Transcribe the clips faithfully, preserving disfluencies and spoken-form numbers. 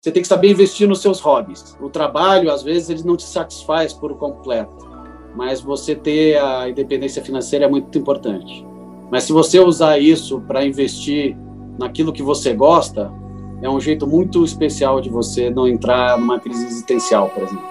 Você tem que saber investir nos seus hobbies. O trabalho, às vezes, ele não te satisfaz por completo, mas você ter a independência financeira é muito importante. Mas se você usar isso para investir naquilo que você gosta, é um jeito muito especial de você não entrar numa crise existencial, por exemplo.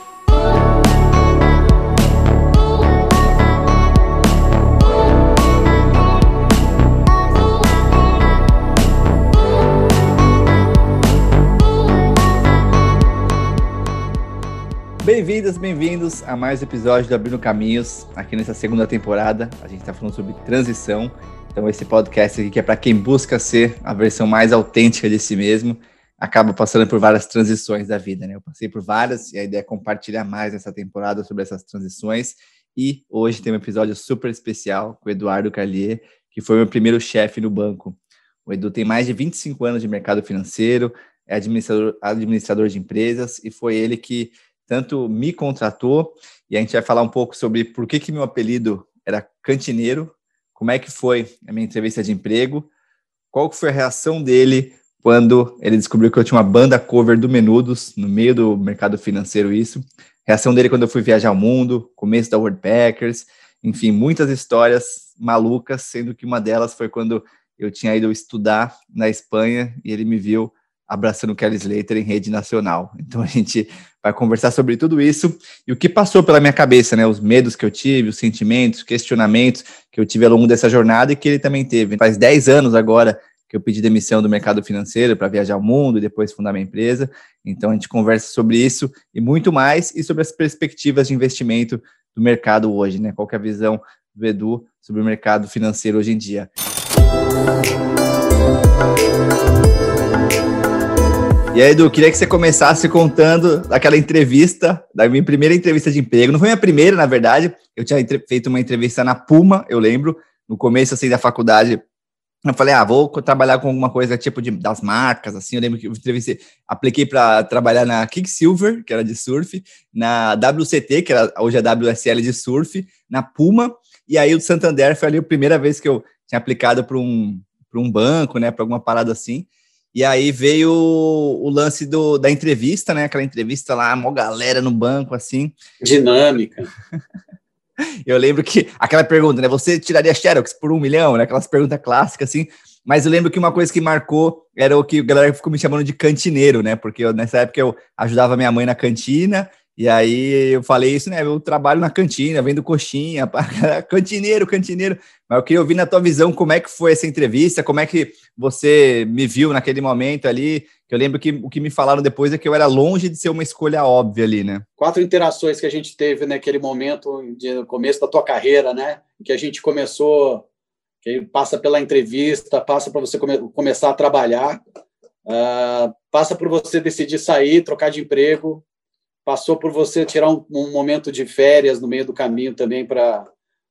Bem-vindas, bem-vindos a mais um episódio do Abrindo Caminhos. Aqui nessa segunda temporada, a gente está falando sobre transição. Então esse podcast aqui, que é para quem busca ser a versão mais autêntica de si mesmo, acaba passando por várias transições da vida, né? Eu passei por várias e a ideia é compartilhar mais nessa temporada sobre essas transições. E hoje tem um episódio super especial com o Eduardo Carlier, que foi o meu primeiro chefe no banco. O Edu tem mais de vinte e cinco anos de mercado financeiro, é administrador, administrador de empresas e foi ele que tanto me contratou, e a gente vai falar um pouco sobre por que que meu apelido era cantineiro, como é que foi a minha entrevista de emprego, qual que foi a reação dele quando ele descobriu que eu tinha uma banda cover do Menudos, no meio do mercado financeiro isso, reação dele quando eu fui viajar ao mundo, começo da Worldpackers, enfim, muitas histórias malucas, sendo que uma delas foi quando eu tinha ido estudar na Espanha e ele me viu abraçando o Kelly Slater em rede nacional. Então a gente vai conversar sobre tudo isso e o que passou pela minha cabeça, né? Os medos que eu tive, os sentimentos, questionamentos que eu tive ao longo dessa jornada e que ele também teve. Faz dez anos agora que eu pedi demissão do mercado financeiro para viajar ao mundo e depois fundar minha empresa. Então a gente conversa sobre isso e muito mais e sobre as perspectivas de investimento do mercado hoje, né? Qual que é a visão do Edu sobre o mercado financeiro hoje em dia. E aí, Edu, queria que você começasse contando daquela entrevista, da minha primeira entrevista de emprego. Não foi minha primeira, na verdade. Eu tinha entre... feito uma entrevista na Puma, eu lembro, no começo, assim, da faculdade. Eu falei, ah, vou trabalhar com alguma coisa tipo de, das marcas, assim. Eu lembro que eu entrevistei, apliquei para trabalhar na Kicksilver, que era de surf, na W C T, que era, hoje é W S L de surf, na Puma. E aí, o Santander foi ali a primeira vez que eu tinha aplicado para um, para um banco, né, para alguma parada assim. E aí veio o, o lance do, da entrevista, né? Aquela entrevista lá, mó galera no banco, assim. Dinâmica. Eu lembro que aquela pergunta, né? Você tiraria Xerox por um milhão, né? Aquelas perguntas clássicas, assim. Mas eu lembro que uma coisa que marcou era o que a galera ficou me chamando de cantineiro, né? Porque eu, nessa época eu ajudava minha mãe na cantina. E aí eu falei isso, né? Eu trabalho na cantina, vendo coxinha, cantineiro, cantineiro. Mas eu queria ouvir na tua visão como é que foi essa entrevista, como é que você me viu naquele momento ali, que eu lembro que o que me falaram depois é que eu era longe de ser uma escolha óbvia ali, né? Quatro interações que a gente teve naquele momento, de começo da tua carreira, né? Que a gente começou, que passa pela entrevista, passa para você come, começar a trabalhar, uh, passa por você decidir sair, trocar de emprego, passou por você tirar um, um momento de férias no meio do caminho também para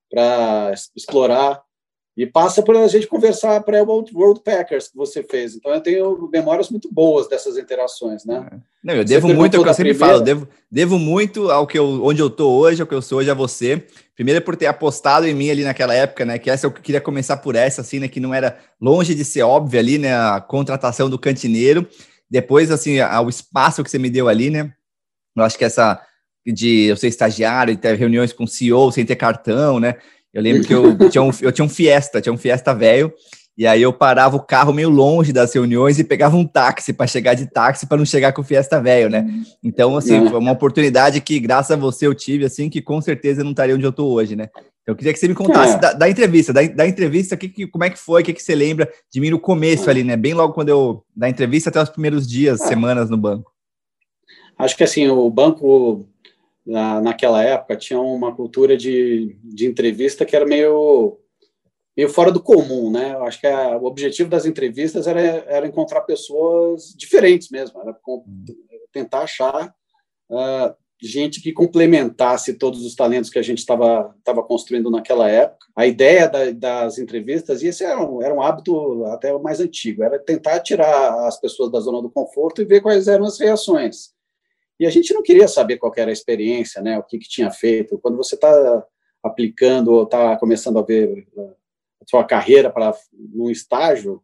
explorar, e passa por a gente conversar para o Worldpackers que você fez. Então, eu tenho memórias muito boas dessas interações, né? Não, eu devo muito ao que eu sempre falo, eu devo, devo muito ao que eu, onde eu estou hoje, ao que eu sou hoje a você. Primeiro por ter apostado em mim ali naquela época, né? Que essa eu queria começar por essa, assim, né? Que não era longe de ser óbvio ali, né? A contratação do cantineiro. Depois, assim, o espaço que você me deu ali, né? Eu acho que essa de eu ser estagiário e ter reuniões com o C E O sem ter cartão, né? Eu lembro que eu tinha um, eu tinha um Fiesta, tinha um Fiesta velho, e aí eu parava o carro meio longe das reuniões e pegava um táxi para chegar de táxi para não chegar com o Fiesta velho, né? Então, assim, foi uma oportunidade que, graças a você, eu tive, assim, que com certeza não estaria onde eu estou hoje, né? Eu queria que você me contasse é. da, da entrevista, da, da entrevista, que, que, como é que foi, o que, que você lembra de mim no começo é. ali, né? Bem logo quando eu, da entrevista até os primeiros dias, é. semanas no banco. Acho que, assim, o banco, na, naquela época, tinha uma cultura de, de entrevista que era meio, meio fora do comum, né? Eu acho que a, o objetivo das entrevistas era, era encontrar pessoas diferentes mesmo, era com, tentar achar uh, gente que complementasse todos os talentos que a gente estava estava construindo naquela época. A ideia da, das entrevistas, e esse era um, era um hábito até mais antigo, era tentar tirar as pessoas da zona do conforto e ver quais eram as reações. E a gente não queria saber qual era a experiência, né, o que, que tinha feito. Quando você está aplicando ou está começando a ver a sua carreira para um estágio,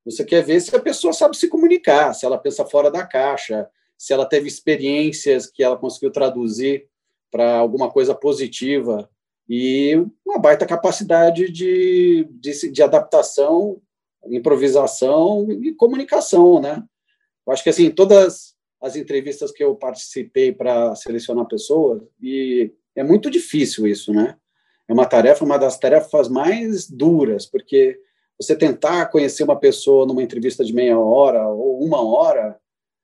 Você quer ver se a pessoa sabe se comunicar, se ela pensa fora da caixa, se ela teve experiências que ela conseguiu traduzir para alguma coisa positiva e uma baita capacidade de, de, de adaptação, improvisação e comunicação, né? Eu acho que, assim, todas as entrevistas que eu participei para selecionar pessoas, e é muito difícil isso, né? É uma tarefa, uma das tarefas mais duras, porque você tentar conhecer uma pessoa numa entrevista de meia hora ou uma hora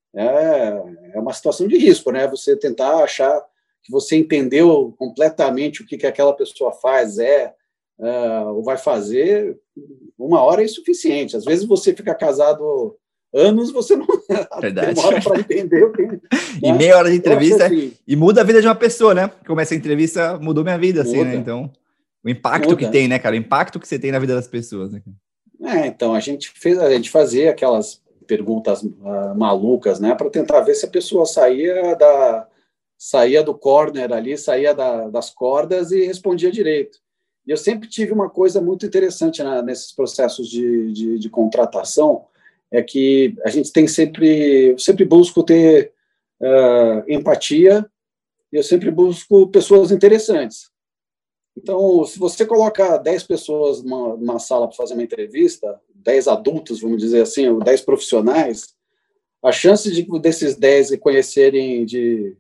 é, é uma situação de risco, né? Você tentar achar que você entendeu completamente o que, que aquela pessoa faz, é, uh, ou vai fazer, uma hora é insuficiente. Às vezes você fica casado anos, você não Verdade. demora para entender o que... Né? E meia hora de entrevista, assim, e muda a vida de uma pessoa, né? Como essa entrevista mudou minha vida, muda, assim, né? Então, o impacto muda. que tem, né, cara? O impacto que você tem na vida das pessoas, né? É, então, a gente fez, a gente fazia aquelas perguntas uh, malucas, né, para tentar ver se a pessoa saía da saía do corner ali, saía da, das cordas e respondia direito. E eu sempre tive uma coisa muito interessante, né, nesses processos de, de, de contratação, é que a gente tem sempre, eu sempre busco ter uh, empatia, e eu sempre busco pessoas interessantes. Então, se você coloca dez pessoas numa, numa sala para fazer uma entrevista, dez adultos, vamos dizer assim, ou dez profissionais, a chance de desses dez conhecerem de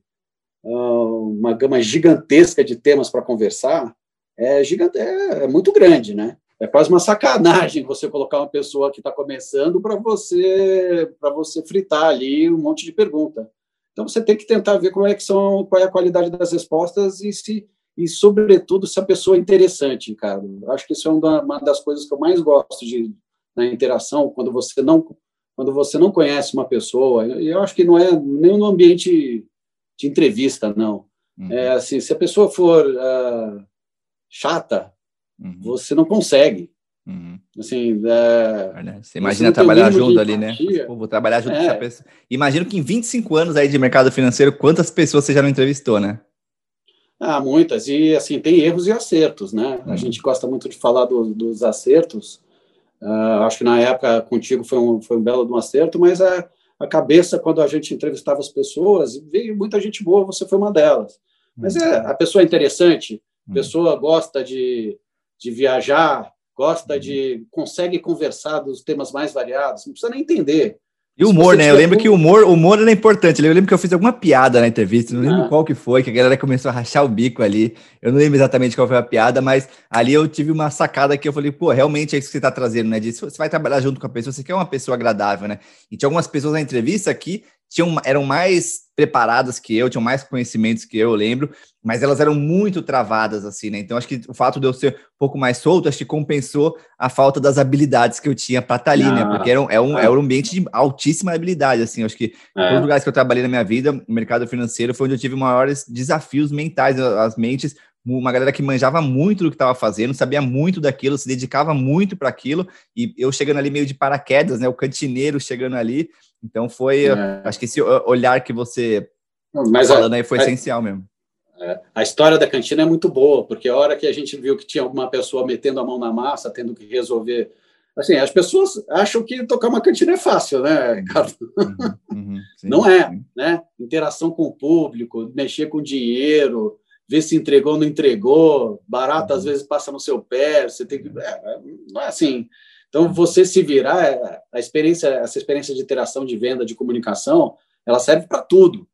uh, uma gama gigantesca de temas para conversar é, gigante, é, é muito grande, né? É quase uma sacanagem você colocar uma pessoa que está começando para você, para você fritar ali um monte de pergunta. Então, você tem que tentar ver como é que são, qual é a qualidade das respostas e se e, sobretudo, se a pessoa é interessante, cara. Acho que isso é uma das coisas que eu mais gosto de, na interação, quando você não, quando você não conhece uma pessoa, e eu acho que não é nem no ambiente de entrevista, não. Uhum. É assim, se a pessoa for uh, chata, uhum. você não consegue. Uhum. Assim, é, você imagina você trabalhar junto ali, né? Pô, vou trabalhar junto é. com essa pessoa. Imagino que em vinte e cinco anos aí de mercado financeiro, quantas pessoas você já não entrevistou, né? Ah, muitas, e assim, tem erros e acertos, né? Uhum. A gente gosta muito de falar do, dos acertos, uh, acho que na época contigo foi um, foi um belo de um acerto, mas a, a cabeça, quando a gente entrevistava as pessoas, veio muita gente boa, você foi uma delas. Uhum. Mas é, a pessoa é interessante, a pessoa uhum. gosta de, de viajar, gosta uhum. de... consegue conversar dos temas mais variados, não precisa nem entender. E o humor, né? Eu lembro que o humor, o humor era importante. Eu lembro que eu fiz alguma piada na entrevista, não lembro ah. qual que foi, que a galera começou a rachar o bico ali. Eu não lembro exatamente qual foi a piada, mas ali eu tive uma sacada que eu falei, pô, realmente é isso que você tá trazendo, né? Disso, você vai trabalhar junto com a pessoa, você quer uma pessoa agradável, né? E tinha algumas pessoas na entrevista que tinham, eram mais preparadas que eu, tinham mais conhecimentos que eu, eu lembro, mas elas eram muito travadas, assim, né? Então, acho que o fato de eu ser um pouco mais solto, acho que compensou a falta das habilidades que eu tinha para estar ali, ah, né? Porque era um, é um, é um ambiente de altíssima habilidade, assim. Acho que é. todos os lugares que eu trabalhei na minha vida, o mercado financeiro foi onde eu tive maiores desafios mentais, as mentes, uma galera que manjava muito do que estava fazendo, sabia muito daquilo, se dedicava muito para aquilo, e eu chegando ali meio de paraquedas, né? O cantineiro chegando ali. Então foi, é. acho que esse olhar que você está falando aí foi a, essencial mesmo. É, a história da cantina é muito boa, porque a hora que a gente viu que tinha alguma pessoa metendo a mão na massa, tendo que resolver... Assim, as pessoas acham que tocar uma cantina é fácil, né, Ricardo? Uhum, uhum, sim, não é, sim. né? Interação com o público, mexer com dinheiro, ver se entregou ou não entregou, barato uhum. às vezes passa no seu pé, você tem que... É, não é assim... Então, você se virar, a experiência, essa experiência de interação, de venda, de comunicação, ela serve para tudo.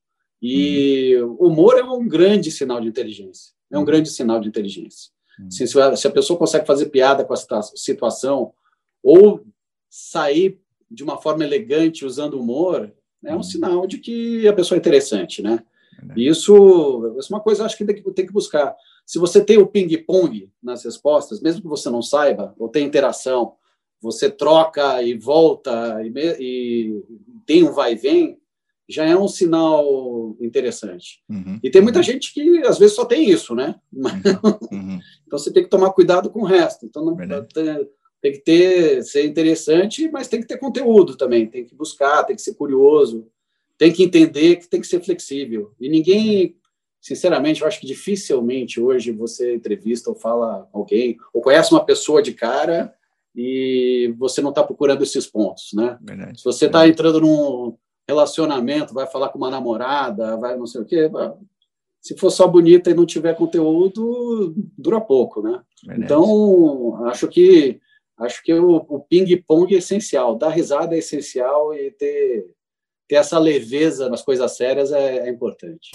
E uhum. o humor é um grande sinal de inteligência. É um uhum. grande sinal de inteligência. Uhum. Assim, se, a, se a pessoa consegue fazer piada com a situação ou sair de uma forma elegante usando humor, é um uhum. sinal de que a pessoa é interessante, né? Uhum. E isso, isso é uma coisa, acho que tem, que tem que buscar. Se você tem o ping-pong nas respostas, mesmo que você não saiba, ou tem interação, você troca e volta e, e tem um vai e vem, já é um sinal interessante. Uhum, e tem muita uhum. gente que, às vezes, só tem isso, né? Uhum, uhum. Então, você tem que tomar cuidado com o resto. Então, não, tem, tem que ter, ser interessante, mas tem que ter conteúdo também. Tem que buscar, tem que ser curioso, tem que entender que tem que ser flexível. E ninguém, sinceramente, eu acho que dificilmente hoje você entrevista ou fala alguém, ou conhece uma pessoa de cara... e você não está procurando esses pontos, né? Verdade. Se você está entrando num relacionamento, vai falar com uma namorada, vai não sei o quê, se for só bonita e não tiver conteúdo, dura pouco, né? Verdade. Então, acho que acho que o, o ping-pong é essencial, dar risada é essencial e ter, ter essa leveza nas coisas sérias é, é importante.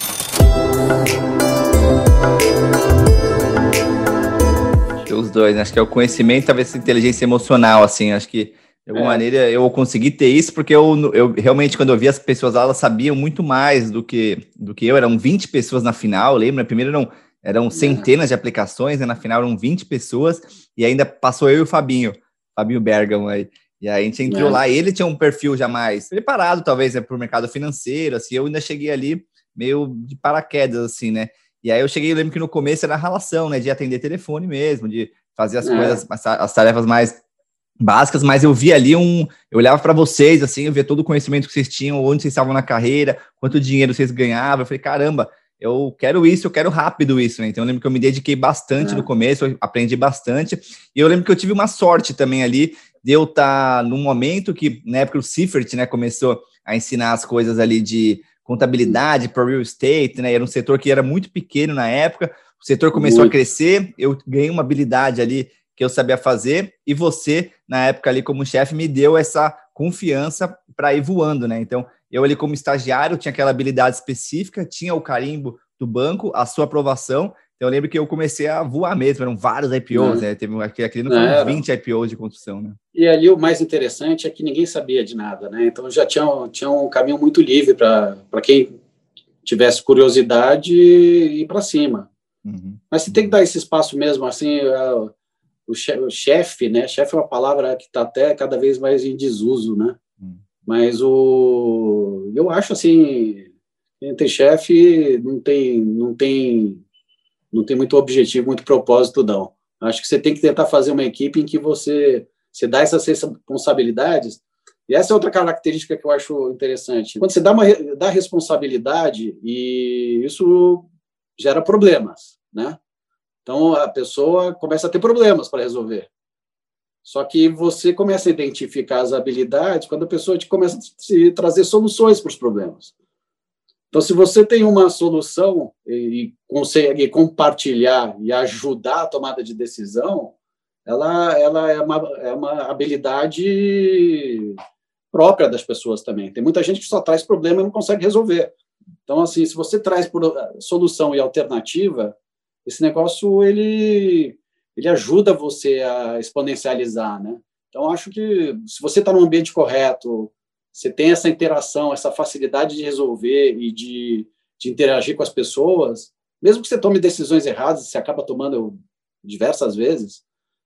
Os dois, né? Acho que é o conhecimento, talvez a inteligência emocional, assim, acho que de alguma é. maneira eu consegui ter isso, porque eu, eu realmente, quando eu vi as pessoas lá, elas sabiam muito mais do que, do que eu, eram vinte pessoas na final, lembra? Primeiro eram, eram centenas é. de aplicações, né? Na final eram vinte pessoas, e ainda passou eu e o Fabinho, Fabinho Bergamo aí, e aí a gente entrou é. lá, e ele tinha um perfil já mais preparado, talvez, né, para o mercado financeiro, assim, eu ainda cheguei ali meio de paraquedas, assim, né? E aí eu cheguei, eu lembro que no começo era a relação, né, de atender telefone mesmo, de fazer as é. coisas, as, as tarefas mais básicas, mas eu vi ali um, eu olhava para vocês, assim, eu via todo o conhecimento que vocês tinham, onde vocês estavam na carreira, quanto dinheiro vocês ganhavam, eu falei, caramba, eu quero isso, eu quero rápido isso, né? Então eu lembro que eu me dediquei bastante é. no começo, eu aprendi bastante, e eu lembro que eu tive uma sorte também ali, de eu estar num momento que, na época o Seifert, né, começou a ensinar as coisas ali de contabilidade para real estate, né? Era um setor que era muito pequeno na época. O setor começou muito. a crescer, eu ganhei uma habilidade ali que eu sabia fazer, e você, na época ali como chefe, me deu essa confiança para ir voando, né? Então, eu ali como estagiário tinha aquela habilidade específica, tinha o carimbo do banco, a sua aprovação. Então, eu lembro que eu comecei a voar mesmo, eram vários I P Os, é. né? Teve aquele não foram vinte I P Os de construção, né? E ali o mais interessante é que ninguém sabia de nada, né? Então já tinha, tinha um caminho muito livre para quem tivesse curiosidade ir para cima. Uhum. Mas você tem que dar esse espaço mesmo, assim, o chefe, né? Chefe é uma palavra que está até cada vez mais em desuso, né? Uhum. Mas o, eu acho assim, entre chefe não tem, não tem, não tem muito objetivo, muito propósito, não. Acho que você tem que tentar fazer uma equipe em que você, você dá essas responsabilidades. E essa é outra característica que eu acho interessante. Quando você dá uma dá responsabilidade, e isso gera problemas, né? Então, a pessoa começa a ter problemas para resolver. Só que você começa a identificar as habilidades quando a pessoa te começa a te trazer soluções para os problemas. Então, se você tem uma solução e consegue compartilhar e ajudar a tomada de decisão, ela, ela é, uma, é uma habilidade própria das pessoas também. Tem muita gente que só traz problema e não consegue resolver. Então, assim, se você traz solução e alternativa, esse negócio ele, ele ajuda você a exponencializar, né? Então, acho que se você está no ambiente correto, você tem essa interação, essa facilidade de resolver e de, de interagir com as pessoas, mesmo que você tome decisões erradas, você acaba tomando diversas vezes,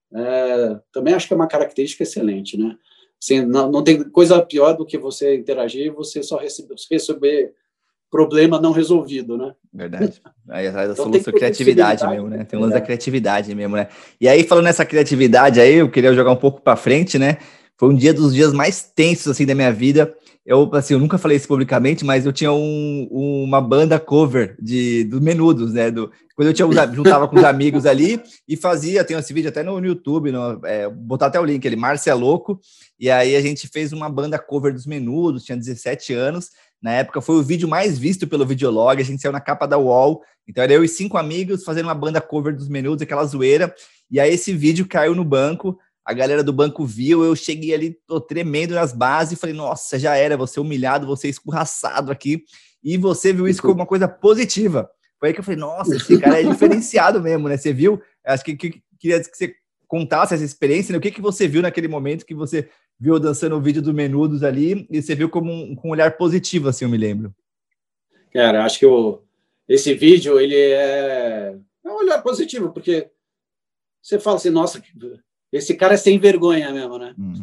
é, também acho que é uma característica excelente, né? Assim, não, não tem coisa pior do que você interagir e você só receber, receber problema não resolvido, né? Verdade. Aí a então, solução criatividade mesmo, né? Tem um lance é. da criatividade mesmo, né? E aí, falando nessa criatividade aí, eu queria jogar um pouco para frente, né? Foi um dia dos dias mais tensos, assim, da minha vida. Eu, assim, eu nunca falei isso publicamente, mas eu tinha um, uma banda cover de, do Menudos, né? Do, quando eu tinha, juntava com os amigos ali e fazia, tem esse vídeo até no, no YouTube, no, é, botar até o link ali, Márcia é Louco, e aí a gente fez uma banda cover dos Menudos, tinha dezessete anos, na época foi o vídeo mais visto pelo Videolog, a gente saiu na capa da U O L, então era eu e cinco amigos fazendo uma banda cover dos Menudos, aquela zoeira, e aí esse vídeo caiu no banco, a galera do banco viu, eu cheguei ali, tô tremendo nas bases, e falei, nossa, já era, vou ser humilhado, vou ser escorraçado aqui, e você viu isso como uma coisa positiva. Foi aí que eu falei, nossa, esse cara é diferenciado mesmo, né? Você viu? Acho que, que queria que você contasse essa experiência, né? O que, que você viu naquele momento que você viu dançando o vídeo do Menudos ali, e você viu como um, com um olhar positivo, assim, eu me lembro. Cara, acho que o, esse vídeo, ele é, é um olhar positivo, porque você fala assim, nossa, esse cara é sem vergonha mesmo, né? Hum.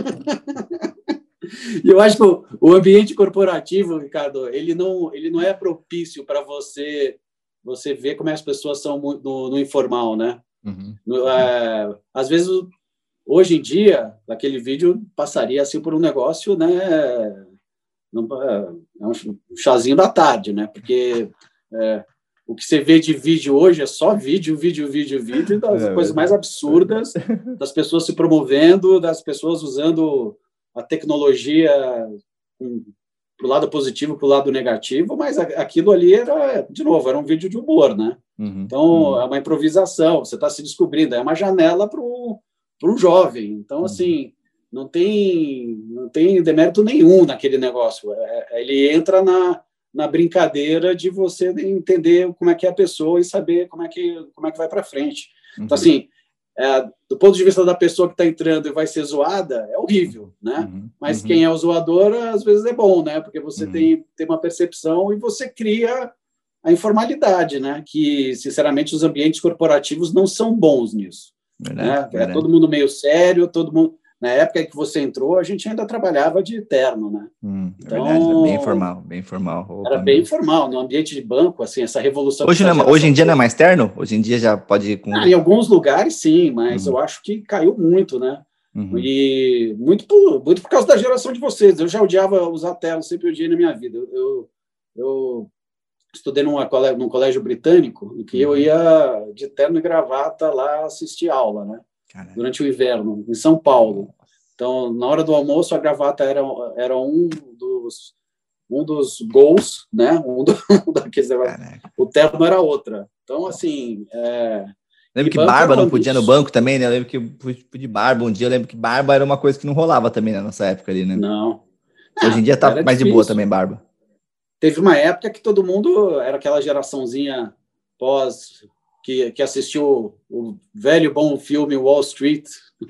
E eu acho que o, o ambiente corporativo, Ricardo, ele não, ele não é propício para você, você ver como as pessoas são no, no informal, né? Uhum. No, é, às vezes, hoje em dia, aquele vídeo passaria assim por um negócio, né? É um chazinho da tarde, né? Porque é, o que você vê de vídeo hoje é só vídeo, vídeo, vídeo, vídeo, das é, coisas mais absurdas, das pessoas se promovendo, das pessoas usando a tecnologia para o lado positivo, para o lado negativo, mas aquilo ali era, de novo, era um vídeo de humor, né? Uhum, então, uhum. é uma improvisação, você está se descobrindo, é uma janela para o jovem. Então, uhum. assim, não tem, não tem demérito nenhum naquele negócio. É, ele entra na... na brincadeira de você entender como é que é a pessoa e saber como é que, como é que vai para frente. Uhum. Então, assim, é, do ponto de vista da pessoa que está entrando e vai ser zoada, é horrível, né? Uhum. Mas uhum. quem é o zoador, às vezes é bom, né? Porque você uhum. tem, tem uma percepção e você cria a informalidade, né? Que, sinceramente, os ambientes corporativos não são bons nisso. Verdade, né? Verdade. É todo mundo meio sério, todo mundo... Na época que você entrou, a gente ainda trabalhava de terno, né? Hum, é então, verdade, era bem informal, bem informal. Opa, era bem informal, no ambiente de banco, assim, essa revolução... Hoje, não, hoje em dia não é mais terno? Hoje em dia já pode ir com... Ah, em alguns lugares, sim, mas uhum. eu acho que caiu muito, né? Uhum. E muito por, muito por causa da geração de vocês. Eu já odiava usar terno, sempre odiei na minha vida. Eu, eu, eu estudei numa, num colégio britânico, em que uhum. eu ia de terno e gravata lá assistir aula, né? Caramba. Durante o inverno, em São Paulo. Então, na hora do almoço, a gravata era, era um dos um dos gols, né? Um do, daqueles, o terno era outra. Então, assim... É, lembro que barba não podia no banco também, né? Eu lembro que eu fui de barba um dia, eu lembro que barba era uma coisa que não rolava também na nossa época ali, né? Não. Hoje em dia tá mais difícil. De boa também, barba. Teve uma época que todo mundo era aquela geraçãozinha pós... Que, que assistiu o velho bom filme Wall Street.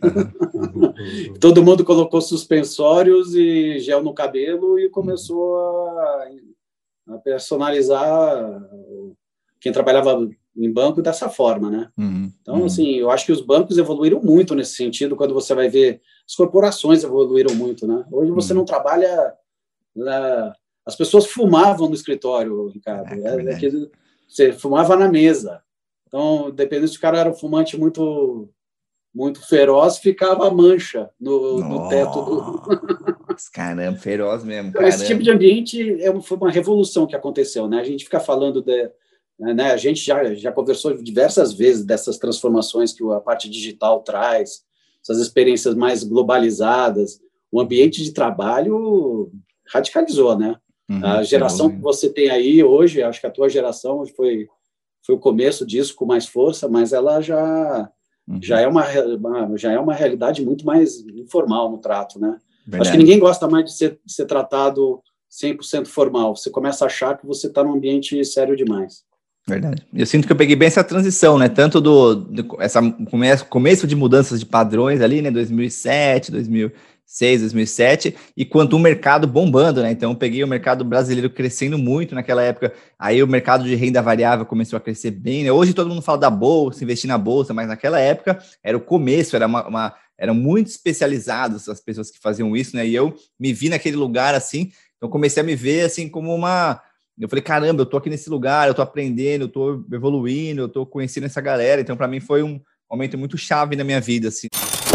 Uhum. Todo mundo colocou suspensórios e gel no cabelo e começou a, a personalizar quem trabalhava em banco dessa forma, né? Uhum. Então, uhum. assim, eu acho que os bancos evoluíram muito nesse sentido, quando você vai ver, as corporações evoluíram muito, né? Hoje você uhum. não trabalha... Na, as pessoas fumavam no escritório, Ricardo. É, é, é que você fumava na mesa. Então, dependendo se o cara era um fumante muito, muito feroz, ficava a mancha no, no teto do... Caramba, feroz mesmo. Então, esse tipo de ambiente é, foi uma revolução que aconteceu, né? A gente fica falando de... Né, a gente já, já conversou diversas vezes dessas transformações que a parte digital traz, essas experiências mais globalizadas. O ambiente de trabalho radicalizou, né? Uhum, a geração é que você tem aí hoje, acho que a tua geração foi... foi o começo disso com mais força, mas ela já, uhum. já, é uma, uma, já é uma realidade muito mais informal no trato, né? Verdade. Acho que ninguém gosta mais de ser, de ser tratado cem por cento formal. Você começa a achar que você está num ambiente sério demais. Verdade. Eu sinto que eu peguei bem essa transição, né? Tanto do, do essa começo, começo de mudanças de padrões ali, né? dois mil e sete, dois mil e seis, dois mil e sete, e quanto o mercado bombando, né? Então eu peguei o mercado brasileiro crescendo muito naquela época, aí o mercado de renda variável começou a crescer bem, né? Hoje todo mundo fala da bolsa, investir na bolsa, mas naquela época era o começo, era uma, uma eram muito especializados as pessoas que faziam isso, né? E eu me vi naquele lugar assim, então comecei a me ver assim como uma... Eu falei, caramba, eu tô aqui nesse lugar, eu tô aprendendo, eu tô evoluindo, eu tô conhecendo essa galera, então para mim foi um momento muito chave na minha vida, assim.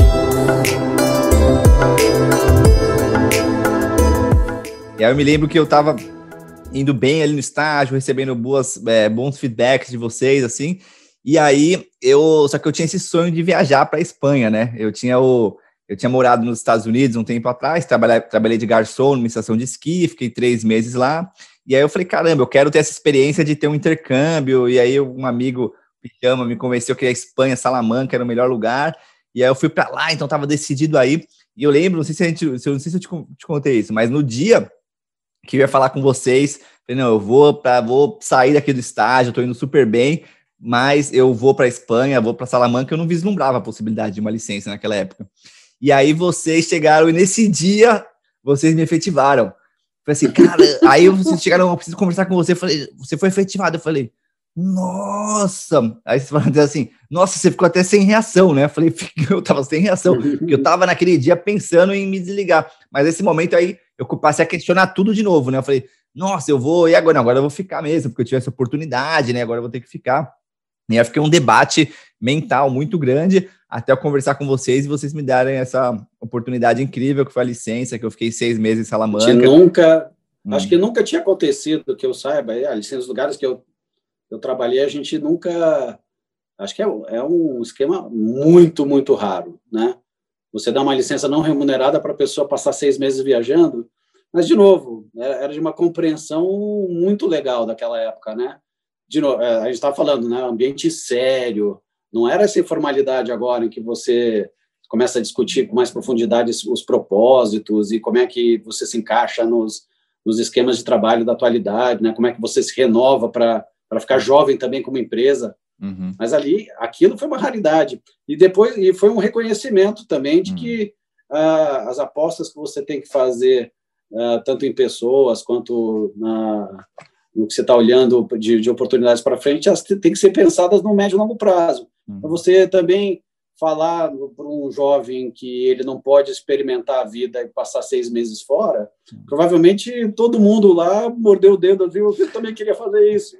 E aí eu me lembro que eu tava indo bem ali no estágio, recebendo boas, é, bons feedbacks de vocês, assim, e aí eu, só que eu tinha esse sonho de viajar para a Espanha, né? Eu tinha, o, eu tinha morado nos Estados Unidos um tempo atrás, trabalhei, trabalhei de garçom numa estação de esqui, fiquei três meses lá, e aí eu falei, caramba, eu quero ter essa experiência de ter um intercâmbio, e aí um amigo Pijama me convenceu que a Espanha, Salamanca, era o melhor lugar, e aí eu fui para lá, então estava decidido aí, e eu lembro, não sei se, a gente, não sei se eu te, te contei isso, mas no dia que eu ia falar com vocês, falei, não, eu vou, pra, vou sair daqui do estágio, estou indo super bem, mas eu vou para a Espanha, vou para Salamanca, eu não vislumbrava a possibilidade de uma licença naquela época. E aí vocês chegaram, e nesse dia, vocês me efetivaram. Falei assim, cara, aí vocês chegaram, eu preciso conversar com você, eu falei, você foi efetivado, eu falei, nossa, aí você fala assim, nossa, você ficou até sem reação, né? Eu falei, eu tava sem reação, porque eu tava naquele dia pensando em me desligar, mas nesse momento aí, eu passei a questionar tudo de novo, né? Eu falei, nossa, eu vou, e agora? Não, agora eu vou ficar mesmo, porque eu tive essa oportunidade, né? Agora eu vou ter que ficar. E aí fiquei um debate mental muito grande, até eu conversar com vocês e vocês me darem essa oportunidade incrível, que foi a licença, que eu fiquei seis meses em Salamanca. Nunca, hum. Acho que nunca tinha acontecido, que eu saiba, ali, nos lugares que eu eu trabalhei, a gente nunca... Acho que é, é um esquema muito, muito raro, né? Você dá uma licença não remunerada para a pessoa passar seis meses viajando, mas, de novo, era de uma compreensão muito legal daquela época, né? De novo, a gente estava falando, né? Ambiente sério, não era essa informalidade agora em que você começa a discutir com mais profundidade os propósitos e como é que você se encaixa nos, nos esquemas de trabalho da atualidade, né? Como é que você se renova para para ficar jovem também como empresa. Uhum. Mas ali, aquilo foi uma raridade. E depois e foi um reconhecimento também de uhum. que uh, as apostas que você tem que fazer, uh, tanto em pessoas quanto na, no que você está olhando de, de oportunidades para frente, elas têm que ser pensadas no médio e longo prazo. Uhum. Para você também falar para um jovem que ele não pode experimentar a vida e passar seis meses fora, uhum. provavelmente todo mundo lá mordeu o dedo, viu? Eu também queria fazer isso.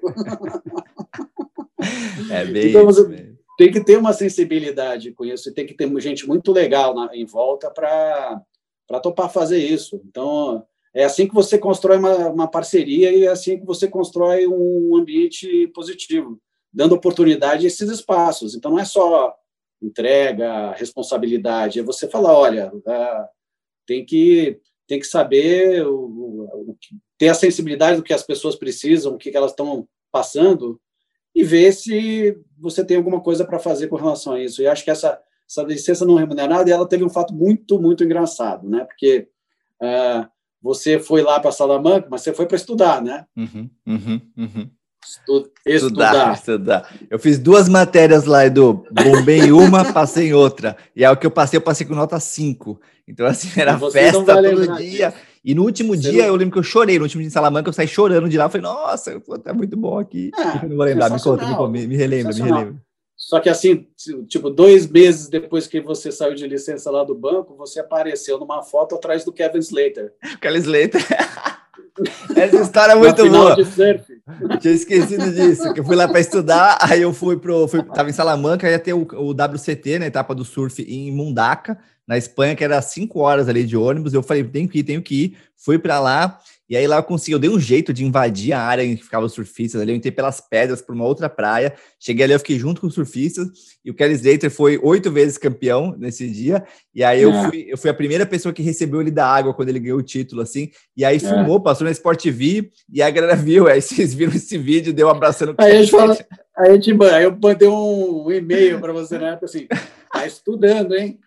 É bem então você isso, tem que ter uma sensibilidade com isso, e tem que ter gente muito legal na, em volta para para topar fazer isso. Então é assim que você constrói uma, uma parceria e é assim que você constrói um ambiente positivo, dando oportunidade a esses espaços. Então não é só entrega, responsabilidade, é você falar, olha, uh, tem que tem que saber o, o, ter a sensibilidade do que as pessoas precisam, o que elas estão passando, e ver se você tem alguma coisa para fazer com relação a isso. E acho que essa, essa licença não remunerada, ela teve um fato muito, muito engraçado, né? Porque uh, você foi lá para Salamanca, mas você foi para estudar, né? Uhum, uhum, uhum. Estu estudar, estudar. Eu fiz duas matérias lá, Edu. Bombei em uma, passei em outra. E é o que eu passei, eu passei com nota cinco. Então, assim, era festa todo dia. Disso. E no último você dia, não... eu lembro que eu chorei. No último dia em Salamanca, eu saí chorando de lá. Eu falei, nossa, tá muito bom aqui. Ah, eu não vou lembrar, me conta, me, me relembra, me relembra. Só que assim, tipo, dois meses depois que você saiu de licença lá do banco, você apareceu numa foto atrás do Kevin Slater. Kevin Slater. Essa história é muito boa. De surf. Tinha esquecido disso, que eu fui lá para estudar, aí eu fui pro, fui, tava em Salamanca, ia ter o, o W C T, né, etapa do surf em Mundaca, na Espanha, que era cinco horas ali de ônibus. Eu falei, tenho que ir, tenho que ir. Fui para lá, e aí lá eu consegui, eu dei um jeito de invadir a área em que ficavam os surfistas ali, eu entrei pelas pedras para uma outra praia, cheguei ali, eu fiquei junto com os surfistas, e o Kelly Slater foi oito vezes campeão nesse dia, e aí eu, é. fui, eu fui a primeira pessoa que recebeu ele da água quando ele ganhou o título, assim, e aí filmou, é. passou na Sport T V, e a galera viu, aí vocês viram esse vídeo, deu um abraçando o Kelly. Aí, a gente fala, aí, a gente, aí eu mandei um, um e-mail para você na época, assim, tá estudando, hein?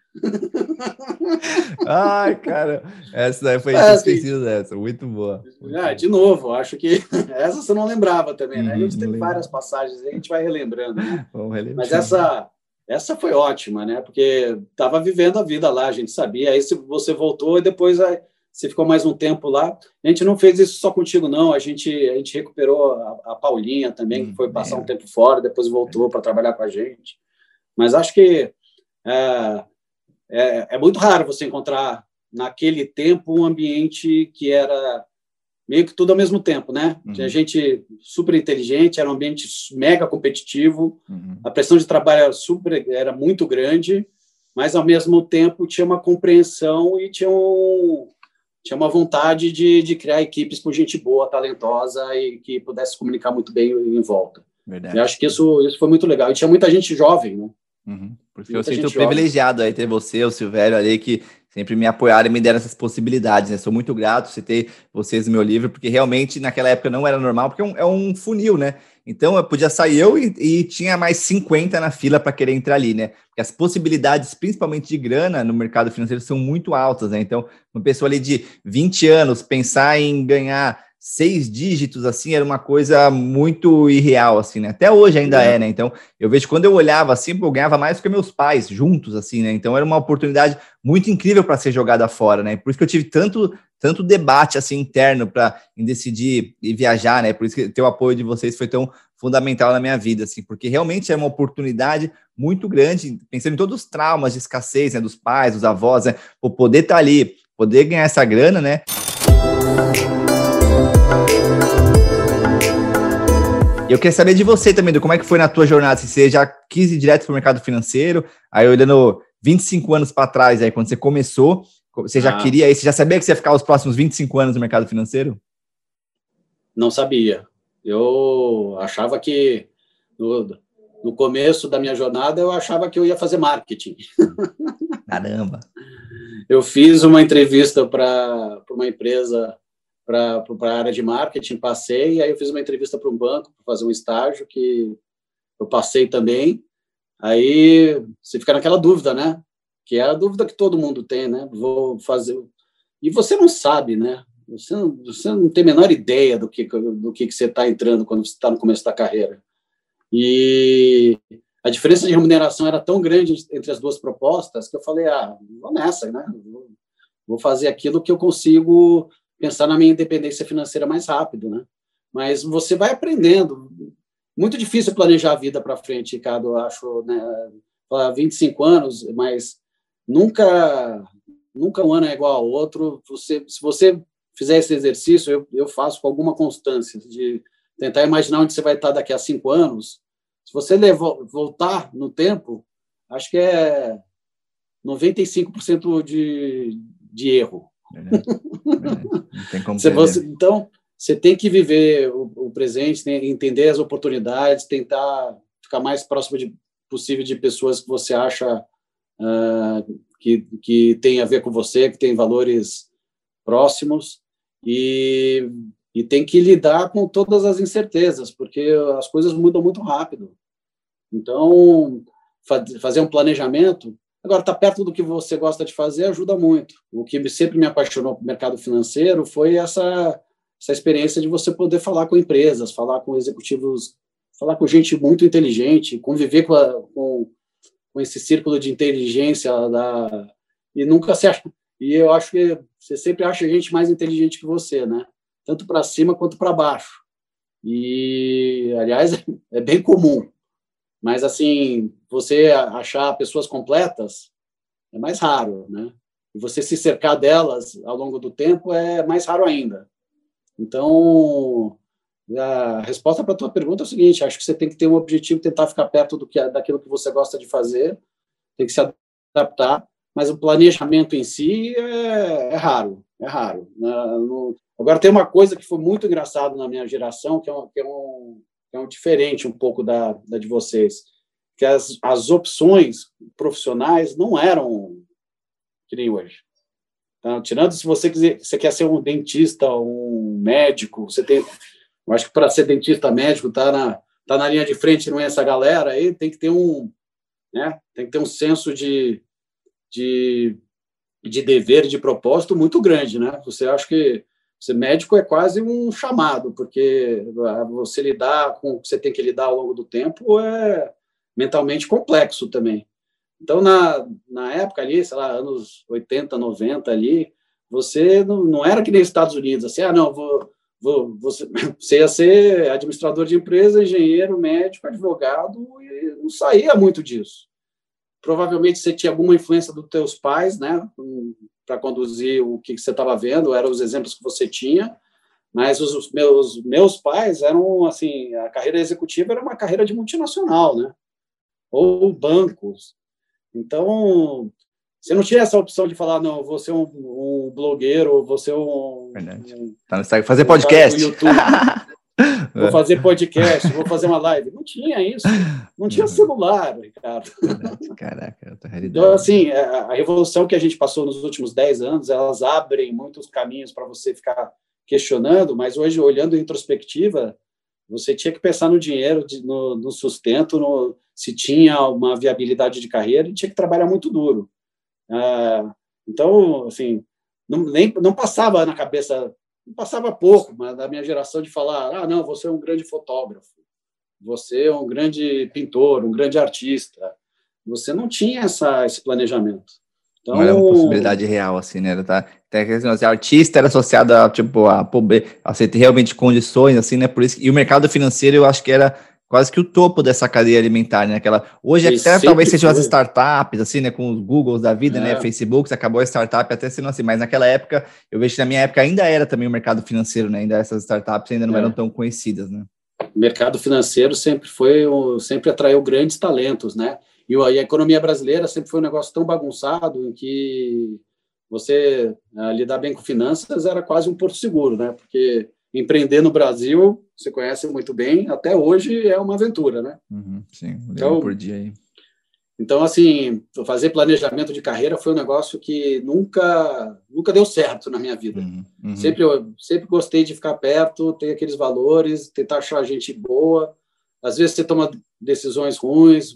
Ai, cara, essa daí foi é, esquecido dessa, muito boa. Muito ah, boa. De novo, acho que essa você não lembrava também, né? Uhum, a gente tem várias passagens, a gente vai relembrando, né? Mas essa, essa foi ótima, né? Porque estava vivendo a vida lá, a gente sabia. Aí você voltou e depois aí, você ficou mais um tempo lá. A gente não fez isso só contigo, não. A gente, a gente recuperou a, a Paulinha também, que foi passar é. um tempo fora, depois voltou é. para trabalhar com a gente. Mas acho que é, É, é muito raro você encontrar, naquele tempo, um ambiente que era meio que tudo ao mesmo tempo, né? Uhum. Tinha gente super inteligente, era um ambiente mega competitivo, uhum. a pressão de trabalho era, super, era muito grande, mas, ao mesmo tempo, tinha uma compreensão e tinha, um, tinha uma vontade de, de criar equipes com gente boa, talentosa e que pudesse se comunicar muito bem em volta. Verdade. Eu acho que isso, isso foi muito legal. E tinha muita gente jovem, né? Uhum. Porque eu sinto privilegiado aí ter você, o Silvério ali, que sempre me apoiaram e me deram essas possibilidades, né? Sou muito grato, citei vocês no meu livro, porque realmente naquela época não era normal, porque é um, é um funil, né? Então eu podia sair eu e, e tinha mais cinquenta na fila para querer entrar ali, né? Porque as possibilidades, principalmente de grana, no mercado financeiro são muito altas, né? Então, uma pessoa ali de vinte anos pensar em ganhar seis dígitos, assim, era uma coisa muito irreal, assim, né? Até hoje ainda é, é né? Então, eu vejo, quando eu olhava assim, eu ganhava mais do que meus pais, juntos, assim, né? Então, era uma oportunidade muito incrível para ser jogada fora, né? Por isso que eu tive tanto, tanto debate, assim, interno para em decidir e viajar, né? Por isso que ter o apoio de vocês foi tão fundamental na minha vida, assim, porque realmente é uma oportunidade muito grande, pensando em todos os traumas de escassez, né? Dos pais, dos avós, né? Por poder estar ali, poder ganhar essa grana, né? E eu queria saber de você também, do como é que foi na tua jornada, se você já quis ir direto para o mercado financeiro, aí olhando vinte e cinco anos para trás, aí quando você começou, você já ah. queria, aí você já sabia que você ia ficar os próximos vinte e cinco anos no mercado financeiro? Não sabia. Eu achava que, no, no começo da minha jornada, eu achava que eu ia fazer marketing. Caramba! Eu fiz uma entrevista para uma empresa, para a área de marketing, passei, e aí eu fiz uma entrevista para um banco, para fazer um estágio, que eu passei também. Aí você fica naquela dúvida, né? Que é a dúvida que todo mundo tem, né? Vou fazer... E você não sabe, né? Você não, você não tem a menor ideia do que, do que você está entrando quando você está no começo da carreira. E a diferença de remuneração era tão grande entre as duas propostas que eu falei, ah, vou nessa, né? Vou fazer aquilo que eu consigo pensar na minha independência financeira mais rápido, né? Mas você vai aprendendo. Muito difícil planejar a vida para frente, Ricardo, eu acho, né? Há vinte e cinco anos, mas nunca, nunca um ano é igual ao outro. Você, se você fizer esse exercício, eu, eu faço com alguma constância, de tentar imaginar onde você vai estar daqui a cinco anos. Se você levar, voltar no tempo, acho que é noventa e cinco por cento de, de erro. Verdade, verdade. Não tem como você, então, você tem que viver o, o presente, tem, entender as oportunidades, tentar ficar mais próximo de, possível de pessoas que você acha uh, que, que tem a ver com você, que tem valores próximos, e, e tem que lidar com todas as incertezas, porque as coisas mudam muito rápido. Então, fa fazer um planejamento... Agora, estar perto do que você gosta de fazer ajuda muito. O que sempre me apaixonou no mercado financeiro foi essa, essa experiência de você poder falar com empresas, falar com executivos, falar com gente muito inteligente, conviver com, a, com, com esse círculo de inteligência da, e nunca se acha. E eu acho que você sempre acha gente mais inteligente que você, né? Tanto para cima quanto para baixo. E, aliás, é bem comum. Mas, assim, você achar pessoas completas é mais raro, né? E você se cercar delas ao longo do tempo é mais raro ainda. Então, a resposta para a tua pergunta é o seguinte, acho que você tem que ter um objetivo, tentar ficar perto do que, daquilo que você gosta de fazer, tem que se adaptar, mas o planejamento em si é, é raro, é raro. No, agora, tem uma coisa que foi muito engraçado na minha geração, que é um... Que é um é um diferente um pouco da, da de vocês, que as, as opções profissionais não eram que nem hoje. Então, tirando se você quiser, você quer ser um dentista, um médico, você tem, eu acho que para ser dentista, médico, tá na tá na linha de frente, não é essa galera aí, tem que ter um, né, tem que ter um senso de de, de dever, de propósito muito grande, né? Você acha que ser médico é quase um chamado, porque você lidar com o que você tem que lidar ao longo do tempo é mentalmente complexo também. Então, na, na época ali, sei lá, anos oitenta, noventa ali, você não, não era que nem Estados Unidos, assim, ah, não, vou, vou, você, você ia ser administrador de empresa, engenheiro, médico, advogado, e não saía muito disso. Provavelmente você tinha alguma influência dos teus pais, né, para conduzir o que você estava vendo, eram os exemplos que você tinha, mas os, os meus, meus pais eram, assim, a carreira executiva era uma carreira de multinacional, né, ou bancos. Então, você não tinha essa opção de falar, não, vou ser um, um blogueiro, vou ser um... Verdade. Um, tá no Instagram, fazer podcast. Vou fazer podcast, vou fazer uma live. Não tinha isso. Não tinha celular, Ricardo. Caraca, outra realidade. Então, assim, a, a revolução que a gente passou nos últimos dez anos, elas abrem muitos caminhos para você ficar questionando, mas hoje, olhando em introspectiva, você tinha que pensar no dinheiro, no, no sustento, no, se tinha uma viabilidade de carreira, e tinha que trabalhar muito duro. Ah, então, assim, não, nem, não passava na cabeça... passava pouco, mas da minha geração de falar, ah, não, você é um grande fotógrafo, você é um grande pintor, um grande artista. Você não tinha essa, esse planejamento. Então, não era uma possibilidade real, assim, né? Tá, assim, artista era associado a, tipo, a, a você ter realmente condições, assim, né? Por isso, e o mercado financeiro, eu acho que era quase que o topo dessa cadeia alimentar, né? Aquela, hoje até talvez sejam as startups, assim, né? Com os Googles da vida, é. né? Facebook, acabou a startup até sendo assim, mas naquela época, eu vejo que na minha época ainda era também o mercado financeiro, né? Ainda essas startups ainda não é. eram tão conhecidas, né? O mercado financeiro sempre foi, sempre atraiu grandes talentos, né? E a economia brasileira sempre foi um negócio tão bagunçado em que você uh, lidar bem com finanças era quase um porto seguro, né? Porque empreender no Brasil, você conhece muito bem, até hoje é uma aventura, né? Uhum, sim, então, por dia aí. Então, assim, fazer planejamento de carreira foi um negócio que nunca, nunca deu certo na minha vida. Uhum, uhum. Sempre, eu sempre gostei de ficar perto, ter aqueles valores, tentar achar gente boa. Às vezes você toma decisões ruins,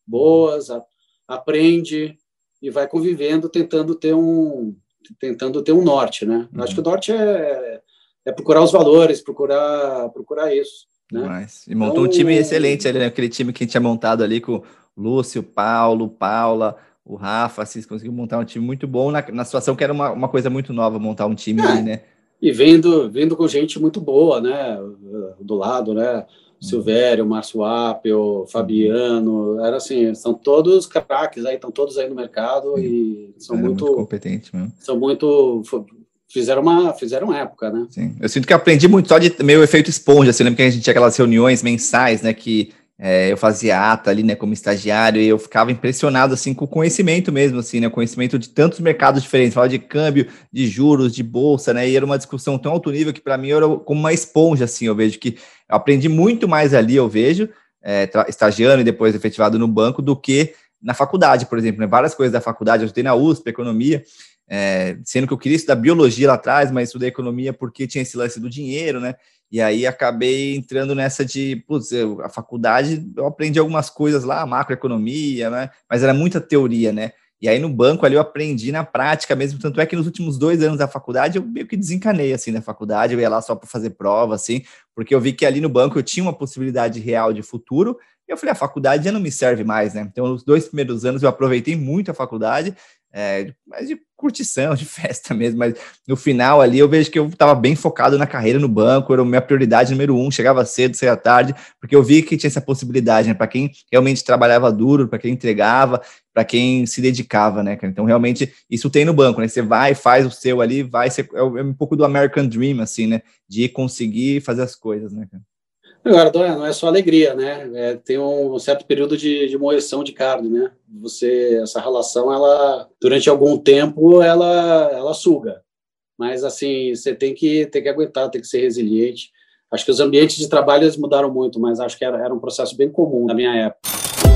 boas, a, aprende e vai convivendo, tentando ter um, tentando ter um norte, né? Uhum. Acho que o norte é, é procurar os valores, procurar, procurar isso, né? Mas, e montou então, um time excelente ali, né? Aquele time que a gente tinha montado ali com Lúcio, Paulo, Paula, o Rafa, vocês conseguiram montar um time muito bom na, na situação que era uma, uma coisa muito nova, montar um time é, ali, né? E vendo, vendo com gente muito boa, né? Do lado, né? O Silvério, o Márcio Apel, Fabiano, uhum. Era assim, são todos craques aí, estão todos aí no mercado. Sim. E são muito, muito competentes mesmo. São muito... Fizeram uma fizeram época, né? Sim. Eu sinto que aprendi muito só de meio efeito esponja. Assim, eu lembro que a gente tinha aquelas reuniões mensais, né? Que é, eu fazia ata ali, né? Como estagiário, e eu ficava impressionado, assim, com o conhecimento mesmo, assim, né? O conhecimento de tantos mercados diferentes. Falava de câmbio, de juros, de bolsa, né? E era uma discussão tão alto nível que para mim era como uma esponja, assim. Eu vejo que eu aprendi muito mais ali, eu vejo, é, estagiando e depois efetivado no banco, do que na faculdade, por exemplo, né? Várias coisas da faculdade, eu estudei na U S P, economia. É, sendo que eu queria estudar biologia lá atrás, mas estudei economia porque tinha esse lance do dinheiro, né? E aí acabei entrando nessa de, putz, eu, a faculdade, eu aprendi algumas coisas lá, macroeconomia, né? Mas era muita teoria, né? E aí no banco ali eu aprendi na prática mesmo, tanto é que nos últimos dois anos da faculdade eu meio que desencanei, assim, na faculdade, eu ia lá só para fazer prova, assim, porque eu vi que ali no banco eu tinha uma possibilidade real de futuro, e eu falei, a faculdade já não me serve mais, né? Então, nos dois primeiros anos eu aproveitei muito a faculdade, é, mas de curtição, de festa mesmo, mas no final ali eu vejo que eu estava bem focado na carreira no banco, era a minha prioridade número um, chegava cedo, saía tarde, porque eu vi que tinha essa possibilidade, né, para quem realmente trabalhava duro, para quem entregava, para quem se dedicava, né, cara? Então realmente isso tem no banco, né, você vai, faz o seu ali, vai, ser, é um pouco do American Dream, assim, né, de conseguir fazer as coisas, né, cara? Agora, não é só alegria, né? É, tem um certo período de, de moeção de carne, né? Você, essa relação, ela durante algum tempo, ela, ela suga. Mas assim, você tem que tem que aguentar, tem que ser resiliente. Acho que os ambientes de trabalho eles mudaram muito, mas acho que era, era um processo bem comum na minha época.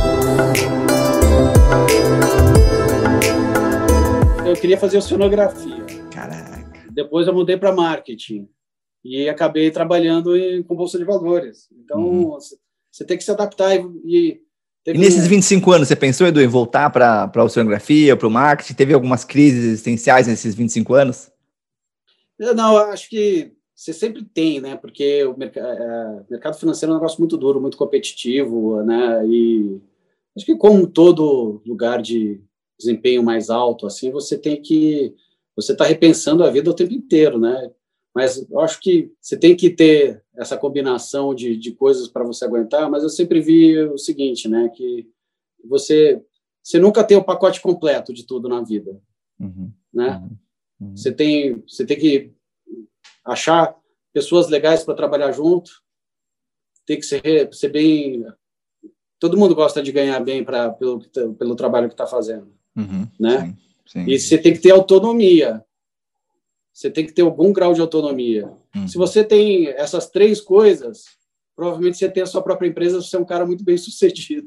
Eu queria fazer oceanografia. Caraca. Depois eu mudei para marketing. E acabei trabalhando em, com bolsa de valores. Então, uhum. você tem que se adaptar. E, e, e nesses um... vinte e cinco anos, você pensou, Edu, em voltar para a oceanografia, para o marketing? Teve algumas crises existenciais nesses vinte e cinco anos? Eu, não, eu acho que você sempre tem, né? Porque o merc é, mercado financeiro é um negócio muito duro, muito competitivo, né? E acho que como todo lugar de desempenho mais alto, assim, você tem que... Você está repensando a vida o tempo inteiro, né? Mas eu acho que você tem que ter essa combinação de, de coisas para você aguentar, mas eu sempre vi o seguinte, né, que você, você nunca tem o pacote completo de tudo na vida, uhum, né? Uhum, uhum. Você tem, você tem que achar pessoas legais para trabalhar junto, tem que ser, ser bem... Todo mundo gosta de ganhar bem pra, pelo, pelo trabalho que está fazendo, uhum, né? Sim, sim. E você tem que ter autonomia. Você tem que ter algum grau de autonomia. Hum. Se você tem essas três coisas, provavelmente você tem a sua própria empresa, você é um cara muito bem sucedido.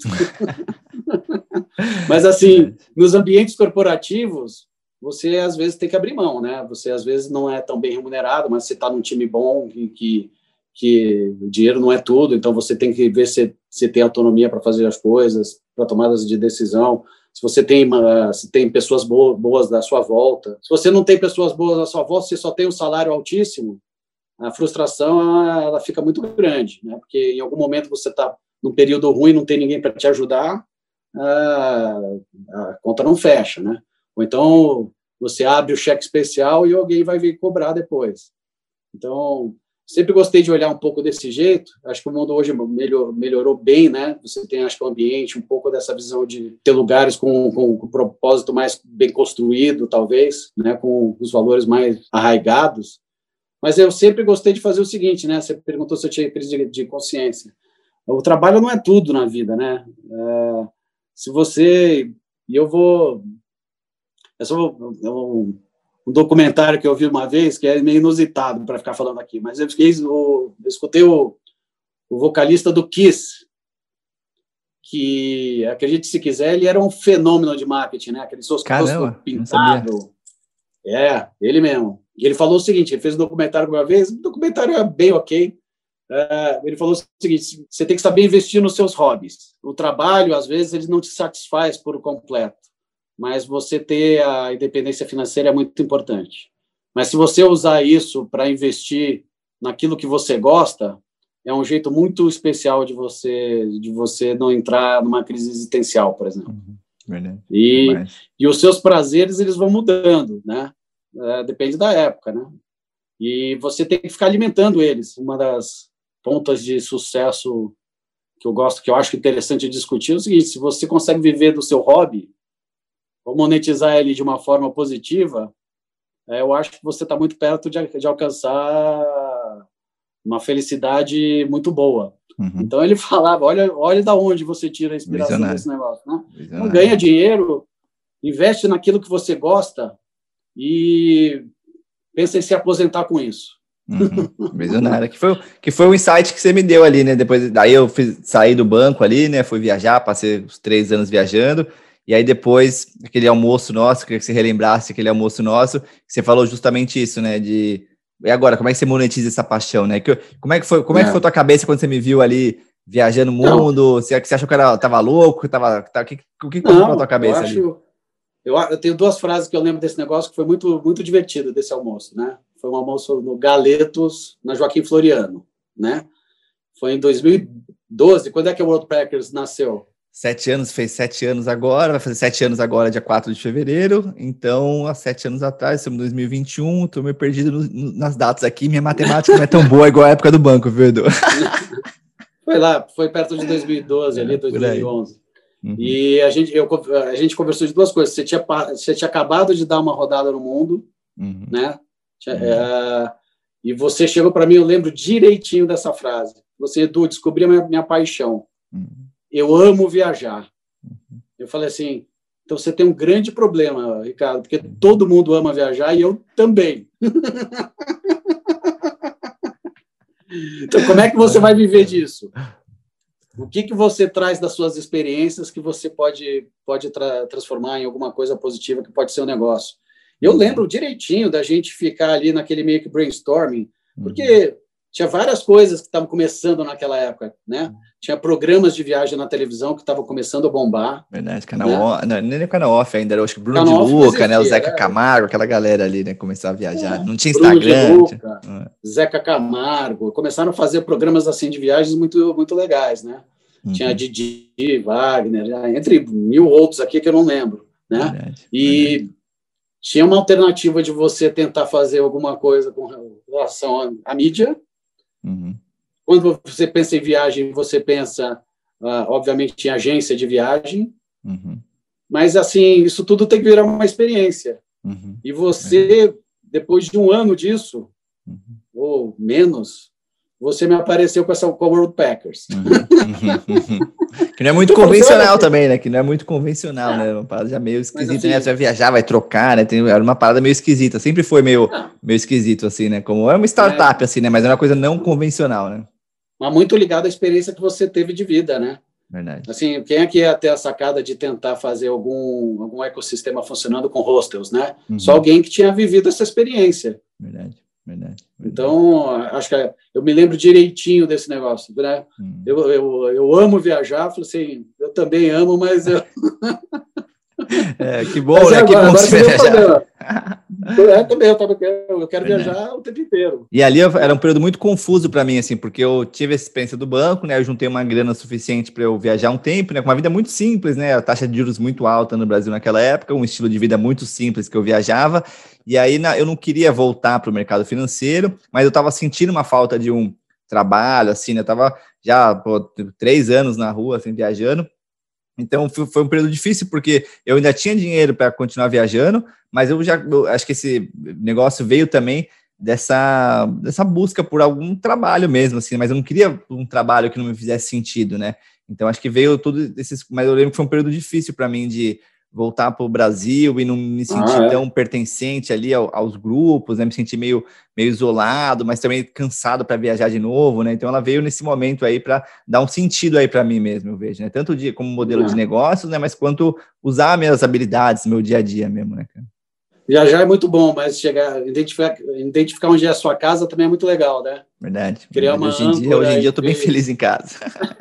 Mas, assim, nos ambientes corporativos, você, às vezes, tem que abrir mão, né? Você, às vezes, não é tão bem remunerado, mas você está num time bom, que, que, que o dinheiro não é tudo, então você tem que ver se você tem autonomia para fazer as coisas, para tomadas de decisão. Se você tem, se tem pessoas boas da sua volta. Se você não tem pessoas boas da sua volta, você só tem um salário altíssimo, a frustração ela fica muito grande, né? Porque em algum momento você está num período ruim, não tem ninguém para te ajudar, a, a conta não fecha, né? Ou então você abre o cheque especial e alguém vai vir cobrar depois. Então, sempre gostei de olhar um pouco desse jeito. Acho que o mundo hoje melhor, melhorou bem, né? Você tem, acho que, um ambiente, um pouco dessa visão de ter lugares com, com, com um propósito mais bem construído, talvez, né? Com os valores mais arraigados. Mas eu sempre gostei de fazer o seguinte, né? Você perguntou se eu tinha crise de, de consciência. O trabalho não é tudo na vida, né? É, se você... E eu vou... Eu só vou... Eu, um documentário que eu vi uma vez, que é meio inusitado para ficar falando aqui, mas eu, fiquei, eu, eu escutei o, o vocalista do Kiss, que, acredite se quiser, ele era um fenômeno de marketing, né? Aquele rosto pintado. É, ele mesmo. E ele falou o seguinte, ele fez um documentário uma vez, o documentário é bem ok, uh, ele falou o seguinte, você tem que saber investir nos seus hobbies. O trabalho, às vezes, ele não te satisfaz por completo, mas você ter a independência financeira é muito importante. Mas se você usar isso para investir naquilo que você gosta, é um jeito muito especial de você, de você não entrar numa crise existencial, por exemplo. Uhum, verdade. E, e os seus prazeres, eles vão mudando, né? É, depende da época, né? E você tem que ficar alimentando eles. Uma das pontas de sucesso que eu gosto, que eu acho interessante discutir é o seguinte, se você consegue viver do seu hobby, ou monetizar ele de uma forma positiva, é, eu acho que você está muito perto de, de alcançar uma felicidade muito boa. Uhum. Então ele falava, olha, olha da onde você tira a inspiração Visionário. Desse negócio, né? Então, ganha dinheiro, investe naquilo que você gosta e pensa em se aposentar com isso. Uhum. Visionário, que foi, que foi o insight que você me deu ali, né? Depois, daí eu fiz, saí do banco ali, né? Fui viajar, passei os três anos viajando, e aí depois, aquele almoço nosso, queria que você relembrasse aquele almoço nosso, que você falou justamente isso, né? De e agora, como é que você monetiza essa paixão, né? Que, como é que foi, como é. é que foi a tua cabeça quando você me viu ali viajando o mundo? Não. Você, você achou que eu estava louco? Tava, tava, que, o que passou na tua cabeça eu acho, ali? Eu, eu tenho duas frases que eu lembro desse negócio que foi muito, muito divertido desse almoço, né? Foi um almoço no Galetos, na Joaquim Floriano, né? Foi em dois mil e doze. Quando é que o World Packers nasceu? Sete anos, fez sete anos agora, vai fazer sete anos agora, dia quatro de fevereiro. Então, há sete anos atrás, estamos em dois mil e vinte e um, estou meio perdido no, no, nas datas aqui. Minha matemática não é tão boa igual a época do banco, viu, Edu? Foi lá, foi perto de dois mil e doze, é, ali, dois mil e onze. Uhum. E a gente, eu, a gente conversou de duas coisas. Você tinha, você tinha acabado de dar uma rodada no mundo, uhum. né? Tinha, uhum. é, e você chegou para mim, eu lembro direitinho dessa frase. Você, Edu, descobri a minha, minha paixão. Uhum. Eu amo viajar. Uhum. Eu falei assim, então você tem um grande problema, Ricardo, porque uhum. todo mundo ama viajar e eu também. Então, como é que você vai viver disso? O que, que você traz das suas experiências que você pode, pode tra- transformar em alguma coisa positiva que pode ser um negócio? Eu lembro direitinho da gente ficar ali naquele meio que brainstorming, porque uhum. tinha várias coisas que estavam começando naquela época, né? Tinha programas de viagem na televisão que estavam começando a bombar. Verdade, canal né? off, não, nem o canal off ainda, era acho que Bruno canal de Luca, existia, né? O Zeca é. Camargo, aquela galera ali, né? Começar a viajar. É. Não tinha Bruno Instagram. De Luca, tinha... Zeca Camargo, começaram a fazer programas assim de viagens muito, muito legais, né? Uhum. Tinha Didi, Wagner, entre mil outros aqui que eu não lembro, né? Verdade, e verdade. Tinha uma alternativa de você tentar fazer alguma coisa com relação à mídia. Uhum. Quando você pensa em viagem, você pensa, uh, obviamente, em agência de viagem, uhum. mas, assim, isso tudo tem que virar uma experiência. Uhum. E você, uhum. depois de um ano disso, uhum. ou menos, você me apareceu com essa com a World Packers. Uhum. Que não é muito convencional também, né? Que não é muito convencional, ah, né? Uma parada já meio esquisita, assim, né? Você vai viajar, vai trocar, né? Tem, era uma parada meio esquisita. Sempre foi meio, meio esquisito, assim, né? Como é uma startup, é. assim, né? Mas é uma coisa não convencional, né? Mas muito ligado à experiência que você teve de vida, né? Verdade. Assim, quem é que ia ter a sacada de tentar fazer algum, algum ecossistema funcionando com hostels, né? Uhum. Só alguém que tinha vivido essa experiência. Verdade. Verdade, verdade. Então, acho que eu me lembro direitinho desse negócio, né? Hum. Eu, eu, eu amo viajar, falei assim, eu também amo, mas eu... É, que bom, mas né? Agora, que bom você viajar. É, também, eu, tava, eu quero verdade. Viajar o tempo inteiro. E ali era um período muito confuso para mim, assim, porque eu tive essa experiência do banco, né? Eu juntei uma grana suficiente para eu viajar um tempo, né? Com uma vida muito simples, né? A taxa de juros muito alta no Brasil naquela época, um estilo de vida muito simples que eu viajava. E aí na, eu não queria voltar para o mercado financeiro, mas eu estava sentindo uma falta de um trabalho, assim, né? Eu estava já pô, três anos na rua, assim, viajando. Então, foi um período difícil, porque eu ainda tinha dinheiro para continuar viajando, mas eu já eu acho que esse negócio veio também dessa, dessa busca por algum trabalho mesmo, assim, mas eu não queria um trabalho que não me fizesse sentido, né? Então, acho que veio tudo esses... Mas eu lembro que foi um período difícil para mim de voltar para o Brasil e não me sentir ah, é. tão pertencente ali ao, aos grupos, né? Me sentir meio, meio isolado, mas também cansado para viajar de novo, né? Então ela veio nesse momento aí para dar um sentido aí para mim mesmo, eu vejo, né? Tanto de, como modelo ah. de negócios, né? Mas quanto usar minhas habilidades, meu dia a dia mesmo, né, cara? Viajar é muito bom, mas chegar, identificar, identificar onde é a sua casa também é muito legal, né? Verdade. Criar verdade. uma hoje, em dia, hoje em dia eu tô bem feliz em casa.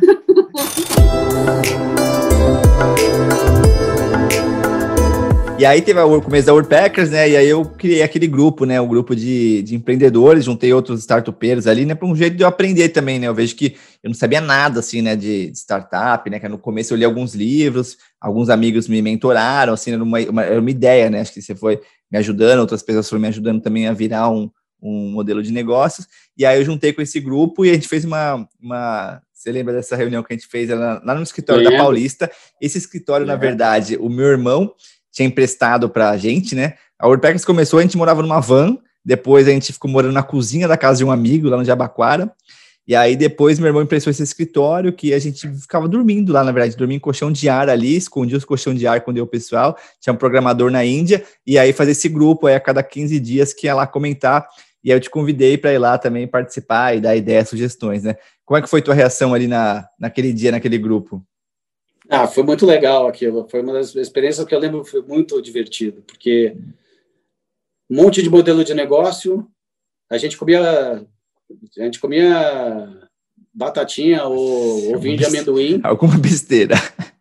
E aí teve o começo da Worldpackers, né? E aí eu criei aquele grupo, né? O grupo de, de empreendedores, juntei outros startupeiros ali, né? Para um jeito de eu aprender também, né? Eu vejo que eu não sabia nada, assim, né? De, de startup, né? Que no começo eu li alguns livros, alguns amigos me mentoraram, assim, era uma, uma, era uma ideia, né? Acho que você foi me ajudando, outras pessoas foram me ajudando também a virar um, um modelo de negócios. E aí eu juntei com esse grupo e a gente fez uma... uma você lembra dessa reunião que a gente fez lá, lá no escritório Lembro. da Paulista? Esse escritório, Lembro. na verdade, o meu irmão tinha emprestado para a gente, né? A Worldpackers começou, a gente morava numa van, depois a gente ficou morando na cozinha da casa de um amigo, lá no Jabaquara, e aí depois meu irmão emprestou esse escritório, que a gente ficava dormindo lá, na verdade, dormia em colchão de ar ali, escondia os colchão de ar quando eu o pessoal, tinha um programador na Índia, e aí fazia esse grupo aí a cada quinze dias que ia lá comentar, e aí eu te convidei para ir lá também participar e dar ideias, sugestões, né? Como é que foi tua reação ali na, naquele dia, naquele grupo? Ah, foi muito legal aquilo. Foi uma das experiências que eu lembro, foi muito divertido, porque um monte de modelo de negócio, a gente comia, a gente comia batatinha ou, ou vinho de amendoim. Alguma besteira.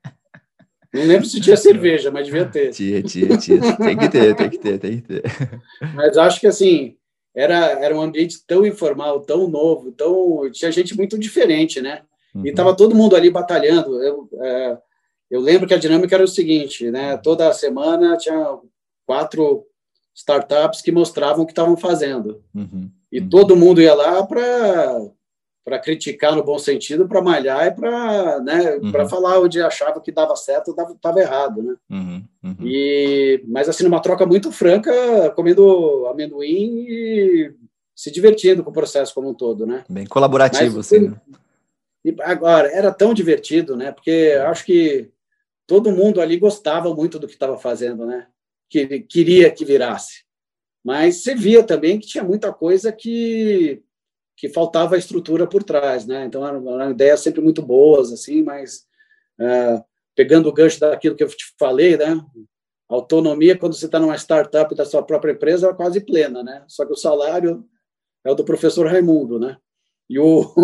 Não lembro se tinha cerveja, mas devia ter. Tinha, tinha, tinha. Tem que ter, tem que ter, tem que ter. Mas acho que, assim, era, era um ambiente tão informal, tão novo, tão, tinha gente muito diferente, né? E estava todo mundo ali batalhando. Eu, é, eu lembro que a dinâmica era o seguinte, né? Toda semana tinha quatro startups que mostravam o que estavam fazendo. Uhum, e uhum. todo mundo ia lá para para criticar no bom sentido, para malhar e para, né, uhum. para falar onde achava que dava certo ou estava errado, né? Uhum, uhum. E, mas assim, numa troca muito franca, comendo amendoim e se divertindo com o processo como um todo, né? Bem colaborativo, mas, assim, né? E agora, era tão divertido, né? Porque acho que todo mundo ali gostava muito do que estava fazendo, né? Que queria que virasse. Mas você via também que tinha muita coisa que, que faltava a estrutura por trás, né? Então, eram, eram ideias sempre muito boas, assim, mas é, pegando o gancho daquilo que eu te falei, né? A autonomia, quando você está numa startup da sua própria empresa, é quase plena, né? Só que o salário é o do professor Raimundo, né? E o...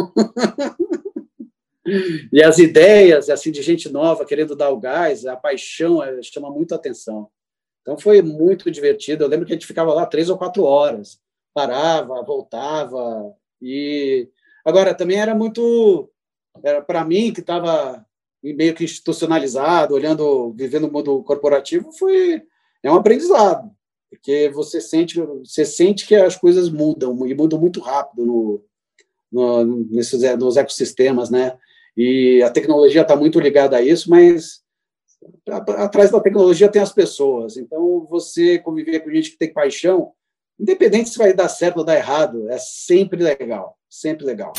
E as ideias, assim, de gente nova querendo dar o gás, a paixão é, chama muito a atenção. Então, foi muito divertido. Eu lembro que a gente ficava lá três ou quatro horas, parava, voltava. E agora, também era muito... Era para mim, que estava meio que institucionalizado, olhando, vivendo o mundo corporativo, foi, é um aprendizado, porque você sente, você sente que as coisas mudam, e mudam muito rápido no, no, nesses, nos ecossistemas, né? E a tecnologia está muito ligada a isso, mas atrás da tecnologia tem as pessoas. Então, você conviver com gente que tem paixão, independente se vai dar certo ou dar errado, é sempre legal, sempre legal.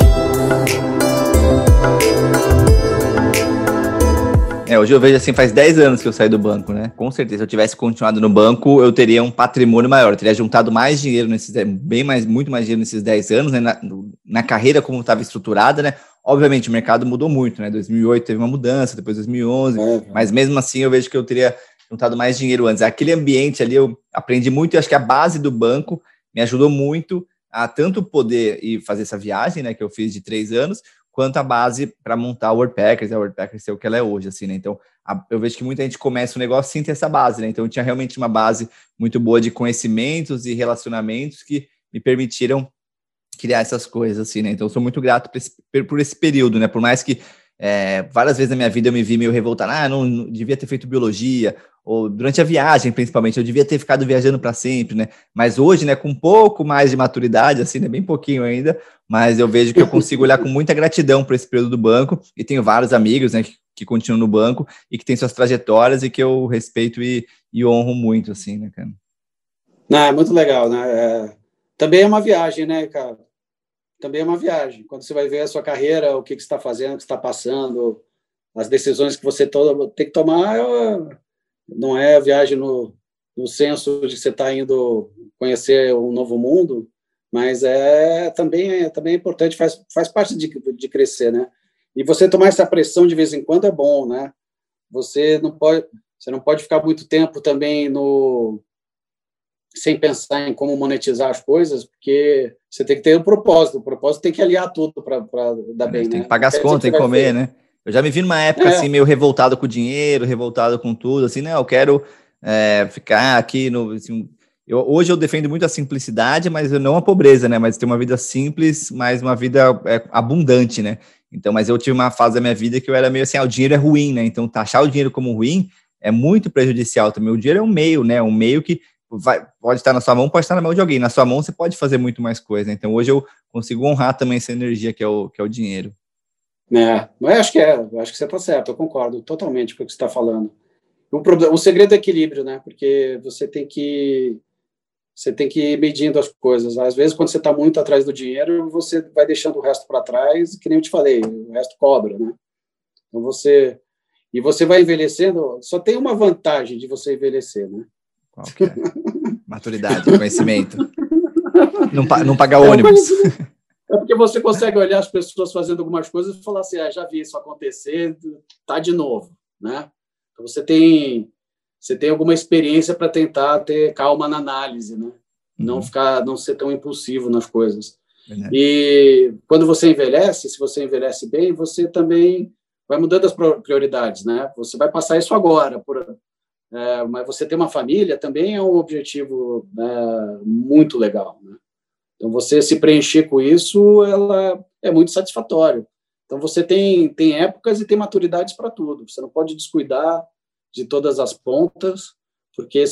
É, hoje eu vejo assim, faz dez anos que eu saí do banco, né? Com certeza, se eu tivesse continuado no banco, eu teria um patrimônio maior, eu teria juntado mais dinheiro nesses, bem mais, muito mais dinheiro nesses dez anos, né? Na, na carreira como estava estruturada, né? Obviamente, o mercado mudou muito, né? dois mil e oito teve uma mudança, depois dois mil e onze, é, é. Mas mesmo assim eu vejo que eu teria juntado mais dinheiro antes. Aquele ambiente ali eu aprendi muito e acho que a base do banco me ajudou muito a tanto poder ir fazer essa viagem, né? Que eu fiz de três anos, quanto a base para montar a Worldpackers, a Worldpackers ser o que ela é hoje, assim, né? Então, a, eu vejo que muita gente começa o negócio sem ter essa base, né? Então, eu tinha realmente uma base muito boa de conhecimentos e relacionamentos que me permitiram criar essas coisas, assim, né? Então, eu sou muito grato por esse, por esse período, né? Por mais que é, várias vezes na minha vida eu me vi meio revoltado, ah, não, não devia ter feito biologia, ou durante a viagem, principalmente, eu devia ter ficado viajando para sempre, né? Mas hoje, né, com um pouco mais de maturidade, assim, né, bem pouquinho ainda, mas eu vejo que eu consigo olhar com muita gratidão para esse período do banco, e tenho vários amigos, né, que, que continuam no banco e que têm suas trajetórias e que eu respeito e, e honro muito, assim, né, cara? Não, é muito legal, né? É, também é uma viagem, né, cara? Também é uma viagem. Quando você vai ver a sua carreira, o que, que você está fazendo, o que você está passando, as decisões que você to- tem que tomar, é, não é a viagem no, no senso de que você está indo conhecer um novo mundo, mas é também é, também é importante, faz, faz parte de, de crescer, né? E você tomar essa pressão de vez em quando é bom, né? Você não pode, você não pode ficar muito tempo também no sem pensar em como monetizar as coisas, porque você tem que ter um propósito. O propósito tem que aliar tudo para dar bem, tem né? que pagar as contas, tem que comer, né? Eu já me vi numa época é. assim, meio revoltado com o dinheiro, revoltado com tudo, assim, né? Eu quero é, ficar aqui no... Assim, eu, hoje eu defendo muito a simplicidade, mas não a pobreza, né? Mas ter uma vida simples, mas uma vida é, abundante, né? Então, mas eu tive uma fase da minha vida que eu era meio assim, ah, o dinheiro é ruim, né? Então, taxar o dinheiro como ruim é muito prejudicial também. O dinheiro é um meio, né? Um meio que vai, pode estar na sua mão, pode estar na mão de alguém. Na sua mão você pode fazer muito mais coisa. Então, hoje eu consigo honrar também essa energia que é o, que é o dinheiro. É, mas acho que é, acho que você está certo, eu concordo totalmente com o que você está falando. O, problema, o segredo é equilíbrio, né? Porque você tem que você tem que ir medindo as coisas. Às vezes, quando você está muito atrás do dinheiro, você vai deixando o resto para trás, que nem eu te falei, o resto cobra, né? Então você e você vai envelhecendo. Só tem uma vantagem de você envelhecer, né? Qual que é? Maturidade, conhecimento. Não, pa, não pagar ônibus. É porque você consegue olhar as pessoas fazendo algumas coisas e falar assim, ah, já vi isso acontecer, tá de novo, né? Então você tem, você tem alguma experiência para tentar ter calma na análise, né? Uhum. Não ficar, não ser tão impulsivo nas coisas. Uhum. E quando você envelhece, se você envelhece bem, você também vai mudando as prioridades, né? Você vai passar isso agora, por, é, mas você ter uma família também é um objetivo é, muito legal, né? Então, você se preencher com isso, ela é muito satisfatório. Então, você tem, tem épocas e tem maturidades para tudo. Você não pode descuidar de todas as pontas, porque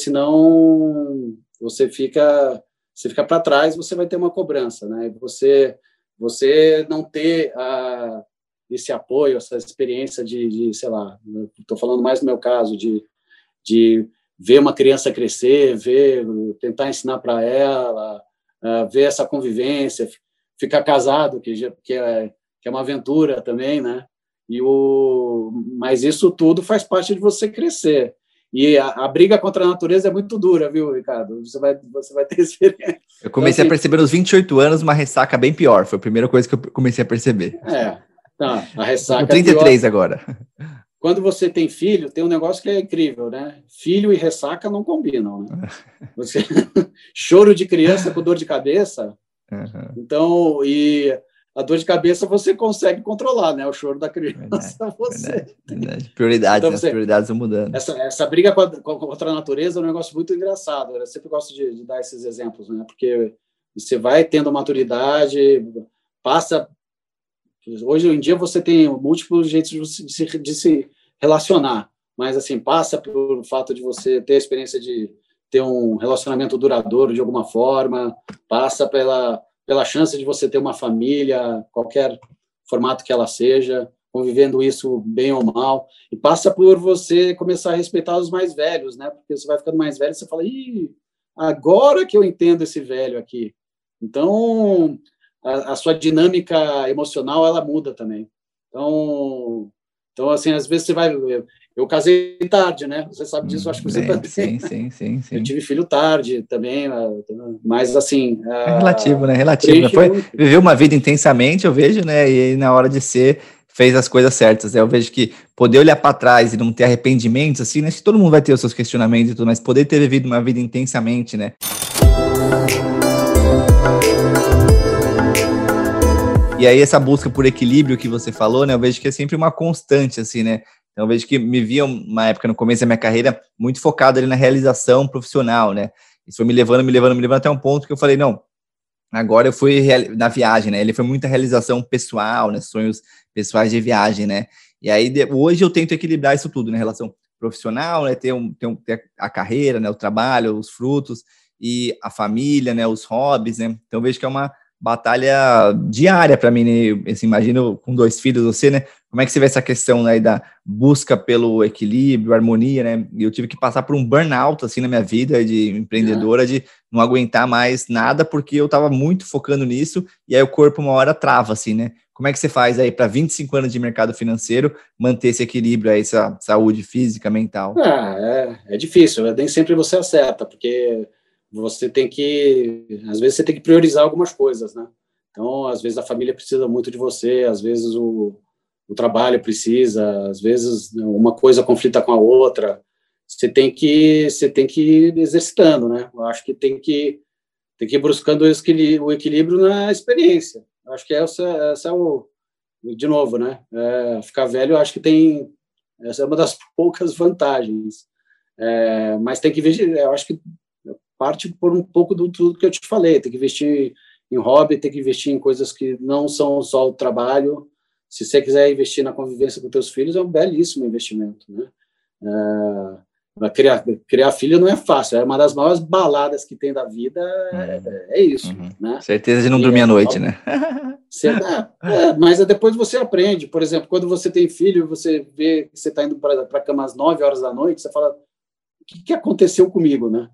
senão você fica, você fica para trás, você vai ter uma cobrança, né? Você, você não ter a, esse apoio, essa experiência de, de sei lá, estou falando mais no meu caso, de, de ver uma criança crescer, ver, tentar ensinar para ela, Uh, ver essa convivência, ficar casado, que, já, que, é, que é uma aventura também, né? E o, mas isso tudo faz parte de você crescer. E a, a briga contra a natureza é muito dura, viu, Ricardo? Você vai, você vai ter experiência. Eu comecei então, assim, a perceber nos vinte e oito anos uma ressaca bem pior. Foi a primeira coisa que eu comecei a perceber. É, tá, a ressaca. Com trinta e três é agora. Quando você tem filho, tem um negócio que é incrível, né? Filho e ressaca não combinam, né? Você... Choro de criança com dor de cabeça. Uhum. Então, e a dor de cabeça você consegue controlar, né? O choro da criança, verdade, você... Verdade, verdade. Prioridades, então, você... as prioridades vão mudando. Essa, essa briga contra a natureza é um negócio muito engraçado. Eu sempre gosto de, de dar esses exemplos, né? Porque você vai tendo maturidade, passa... Hoje em dia você tem múltiplos jeitos de se, de se relacionar, mas assim, passa pelo fato de você ter a experiência de ter um relacionamento duradouro de alguma forma, passa pela, pela chance de você ter uma família, qualquer formato que ela seja, convivendo isso bem ou mal, e passa por você começar a respeitar os mais velhos, né? Porque você vai ficando mais velho e você fala, ih, agora que eu entendo esse velho aqui. Então... A, a sua dinâmica emocional, ela muda também. Então, então, assim, às vezes você vai... Eu, eu casei tarde, né? Você sabe disso, acho que você também. Sim, sim, sim, sim. Eu tive filho tarde também, mas, assim... É relativo, né? Relativo. Né? Foi, viveu uma vida intensamente, eu vejo, né? E na hora de ser, fez as coisas certas. Né? Eu vejo que poder olhar para trás e não ter arrependimentos, assim, né? Acho que todo mundo vai ter os seus questionamentos e tudo, mas poder ter vivido uma vida intensamente, né? E aí essa busca por equilíbrio que você falou, né, eu vejo que é sempre uma constante, assim, né, então eu vejo que me via uma época no começo da minha carreira muito focado ali na realização profissional, né, isso foi me levando, me levando, me levando até um ponto que eu falei, não, agora eu fui na viagem, né, ele foi muita realização pessoal, né, sonhos pessoais de viagem, né, e aí hoje eu tento equilibrar isso tudo, né, relação profissional, né, ter, um, ter, um, ter a carreira, né, o trabalho, os frutos, e a família, né, os hobbies, né, então eu vejo que é uma batalha diária para mim, né? Assim, imagino com dois filhos você, né? Como é que você vê essa questão aí da busca pelo equilíbrio, harmonia, né? E eu tive que passar por um burnout, assim, na minha vida de empreendedora, de não aguentar mais nada, porque eu estava muito focando nisso, e aí o corpo uma hora trava, assim, né? Como é que você faz aí para vinte e cinco anos de mercado financeiro manter esse equilíbrio aí, essa saúde física, mental? Ah, é, é difícil, nem sempre você acerta, porque você tem que, às vezes você tem que priorizar algumas coisas, né? Então, às vezes a família precisa muito de você, às vezes o, o trabalho precisa, às vezes uma coisa conflita com a outra. Você tem que, você tem que ir exercitando, né? Eu acho que tem que, tem que ir buscando o equilíbrio na experiência. Eu acho que essa, essa é o, de novo, né? É, ficar velho, eu acho que tem, essa é uma das poucas vantagens. É, mas tem que investir, eu acho que parte por um pouco do tudo que eu te falei, tem que investir em hobby, tem que investir em coisas que não são só o trabalho. Se você quiser investir na convivência com teus filhos, é um belíssimo investimento, né? É, criar, criar filho não é fácil, é uma das maiores baladas que tem da vida, é, Uhum. é isso, Uhum. né? Certeza de não e dormir é, à noite, né? Você, é, é, mas depois você aprende. Por exemplo, quando você tem filho, você vê que você está indo para a cama às nove horas da noite, você fala, o que, que aconteceu comigo, né?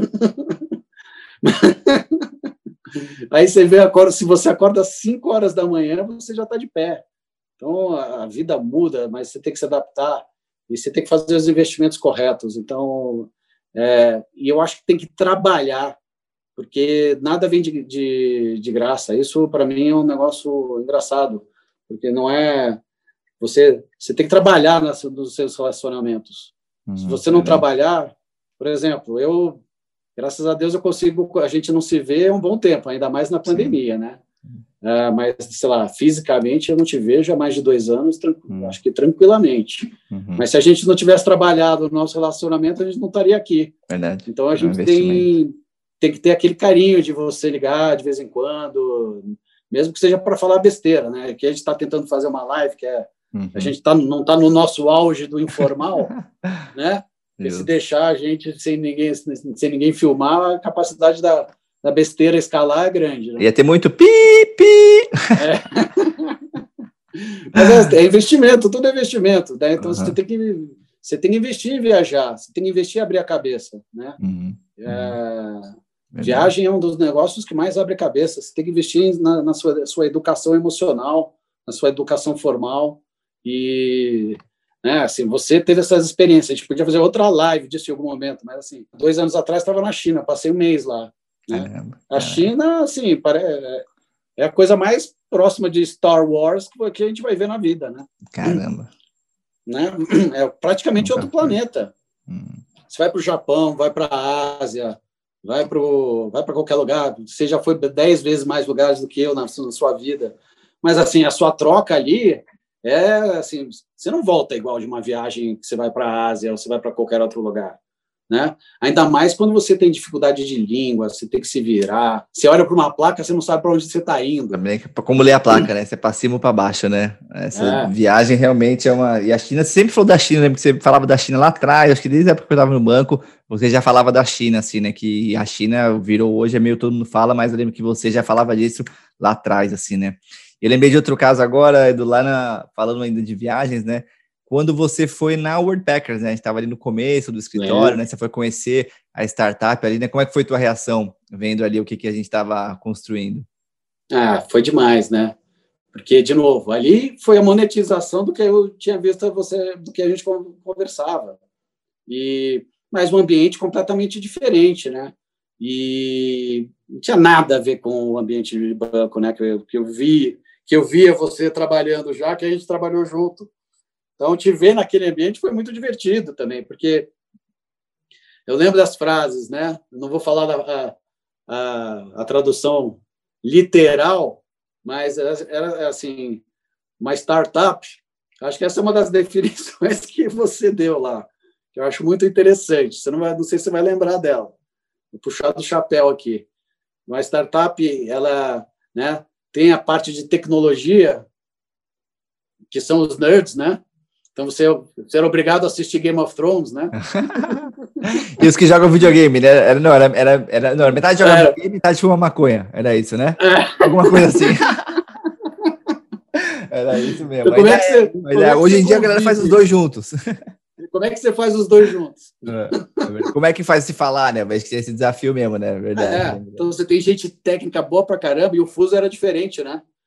Aí você vê, acorda, se você acorda às cinco horas da manhã, você já está de pé. Então, a vida muda, mas você tem que se adaptar e você tem que fazer os investimentos corretos. Então, é, e eu acho que tem que trabalhar, porque nada vem de, de, de graça. Isso, para mim, é um negócio engraçado, porque não é... Você, você tem que trabalhar nas, nos seus relacionamentos. Uhum, se você não é trabalhar... Por exemplo, eu... Graças a Deus eu consigo... A gente não se vê há um bom tempo, ainda mais na pandemia, Sim. né? Uh, mas, sei lá, fisicamente eu não te vejo há mais de dois anos, uhum. acho que tranquilamente. Uhum. Mas se a gente não tivesse trabalhado no nosso relacionamento, a gente não estaria aqui. Verdade. Então a gente é um tem... tem que ter aquele carinho de você ligar de vez em quando, mesmo que seja para falar besteira, né? Que a gente está tentando fazer uma live, que é, uhum. a gente tá, não está no nosso auge do informal, né? Porque se deixar a gente sem ninguém, sem ninguém filmar, a capacidade da, da besteira escalar é grande. Né? Ia ter muito pi, pi. É. Mas é, é investimento, tudo é investimento, né? Então uhum. você tem que você tem que investir em viajar, você tem que investir em abrir a cabeça, né? Uhum. É, viagem é um dos negócios que mais abre a cabeça. Você tem que investir na, na sua, sua educação emocional, na sua educação formal. E, né, assim, você teve essas experiências. A gente podia fazer outra live disso em algum momento, mas, assim, dois anos atrás estava na China, passei um mês lá. Né? Caramba, a China, assim, é, é a coisa mais próxima de Star Wars que a gente vai ver na vida, né? Caramba. Né? É praticamente Nunca outro foi. planeta. Hum. Você vai para o Japão, vai para a Ásia, vai para vai para qualquer lugar. Você já foi dez vezes mais lugares do que eu na, na sua vida. Mas, assim, a sua troca ali é, assim, você não volta igual de uma viagem que você vai para a Ásia ou você vai para qualquer outro lugar. Né? Ainda mais quando você tem dificuldade de língua, você tem que se virar. Você olha para uma placa, você não sabe para onde você está indo. Também como ler a placa, né? Você é para cima ou para baixo, né? Essa é. viagem realmente é uma... E a China, você sempre falou da China, lembro que você falava da China lá atrás, acho que desde a época que eu estava no banco, você já falava da China, assim, né? Que a China virou hoje, é meio todo mundo fala, mas eu lembro que você já falava disso lá atrás, assim, né? Eu lembrei de outro caso agora, Edu, lá na... falando ainda de viagens, né? Quando você foi na Worldpackers, né? A gente estava ali no começo do escritório, é. né? Você foi conhecer a startup ali, né? Como é que foi tua reação vendo ali o que, que a gente estava construindo? Ah, foi demais, né? Porque, de novo, ali foi a monetização do que eu tinha visto você, do que a gente conversava. E, mas um ambiente completamente diferente, né? E não tinha nada a ver com o ambiente de banco, né? Que eu, que eu vi, que eu via você trabalhando já, que a gente trabalhou junto. Então, te ver naquele ambiente foi muito divertido também, porque eu lembro das frases, né? Eu não vou falar da, a, a, a tradução literal, mas era, era assim, uma startup. Acho que essa é uma das definições que você deu lá, que eu acho muito interessante. Você não vai, não sei se você vai lembrar dela. Vou puxar do chapéu aqui. Uma startup, ela, né, tem a parte de tecnologia, que são os nerds, né? Então, você, você era obrigado a assistir Game of Thrones, né? E os que jogam videogame, né? Era, não, era, era, era, não, metade joga é. videogame, metade fuma maconha. Era isso, né? É. Alguma coisa assim. Era isso mesmo. Então, como é que você, é, mas é, hoje em dia a galera faz os dois juntos. Como é que você faz os dois juntos? É. Como é que faz se falar, né? Mas que esse desafio mesmo, né? Verdade. É. Então, você tem gente técnica boa pra caramba e o fuso era diferente, né?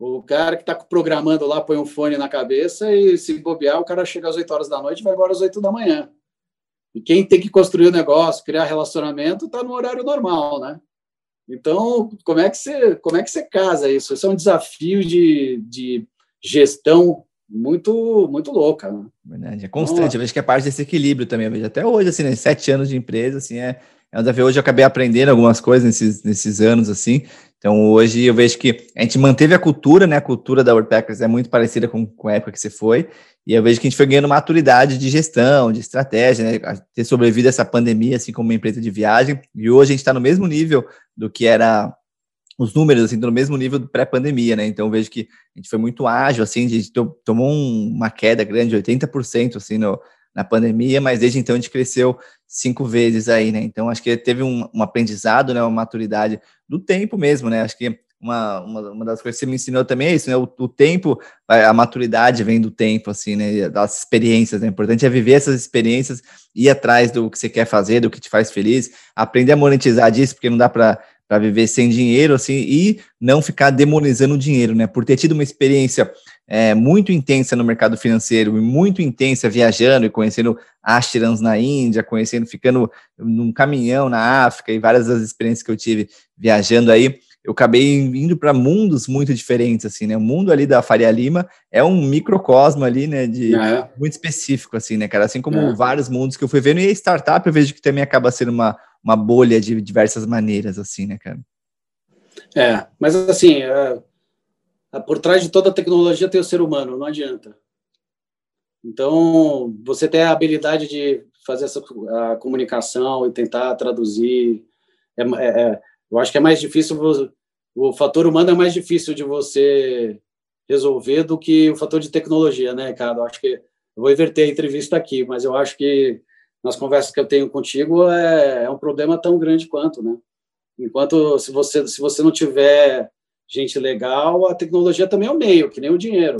O cara que está programando lá põe um fone na cabeça e, se bobear, o cara chega às oito horas da noite e vai embora às oito da manhã. E quem tem que construir o negócio, criar relacionamento, está no horário normal, né? Então, como é que você, como é que você casa isso? Isso é um desafio de, de gestão muito, muito louca, né? Verdade, é constante. Então, eu vejo que é parte desse equilíbrio também. Eu vejo até hoje, assim, né? Sete anos de empresa, assim, é, é um desafio. Hoje eu acabei aprendendo algumas coisas nesses, nesses anos, assim. Então, hoje eu vejo que a gente manteve a cultura, né? A cultura da Worldpackers é muito parecida com, com a época que você foi. E eu vejo que a gente foi ganhando maturidade de gestão, de estratégia, né? Ter sobrevivido a essa pandemia, assim, como uma empresa de viagem. E hoje a gente está no mesmo nível do que era os números, assim, estão no mesmo nível do pré-pandemia, né? Então, eu vejo que a gente foi muito ágil, assim, a gente tomou um, uma queda grande, oitenta por cento, assim, no, na pandemia, mas desde então a gente cresceu cinco vezes aí, né? Então, acho que teve um, um aprendizado, né? Uma maturidade do tempo mesmo, né? Acho que uma, uma, uma das coisas que você me ensinou também é isso, né? O, o tempo, a maturidade vem do tempo, assim, né? Das experiências, né? O importante é viver essas experiências, ir atrás do que você quer fazer, do que te faz feliz, aprender a monetizar disso, porque não dá para para viver sem dinheiro, assim, e não ficar demonizando o dinheiro, né? Por ter tido uma experiência é, muito intensa no mercado financeiro e muito intensa viajando e conhecendo ashrams na Índia, conhecendo, ficando num caminhão na África e várias das experiências que eu tive viajando aí, eu acabei indo para mundos muito diferentes, assim, né? O mundo ali da Faria Lima é um microcosmo ali, né? De, é. Muito específico, assim, né, cara? Assim como é. vários mundos que eu fui vendo, e a startup eu vejo que também acaba sendo uma uma bolha de diversas maneiras, assim, né, cara? É, mas assim, é, é, por trás de toda a tecnologia tem o ser humano, não adianta. Então, você tem a habilidade de fazer essa a comunicação e tentar traduzir. É, é, eu acho que é mais difícil, o fator humano é mais difícil de você resolver do que o fator de tecnologia, né, cara? Eu acho que, eu vou inverter a entrevista aqui, mas eu acho que nas conversas que eu tenho contigo, é, é um problema tão grande quanto, né? Enquanto, se você, se você não tiver gente legal, a tecnologia também é o meio, que nem o dinheiro.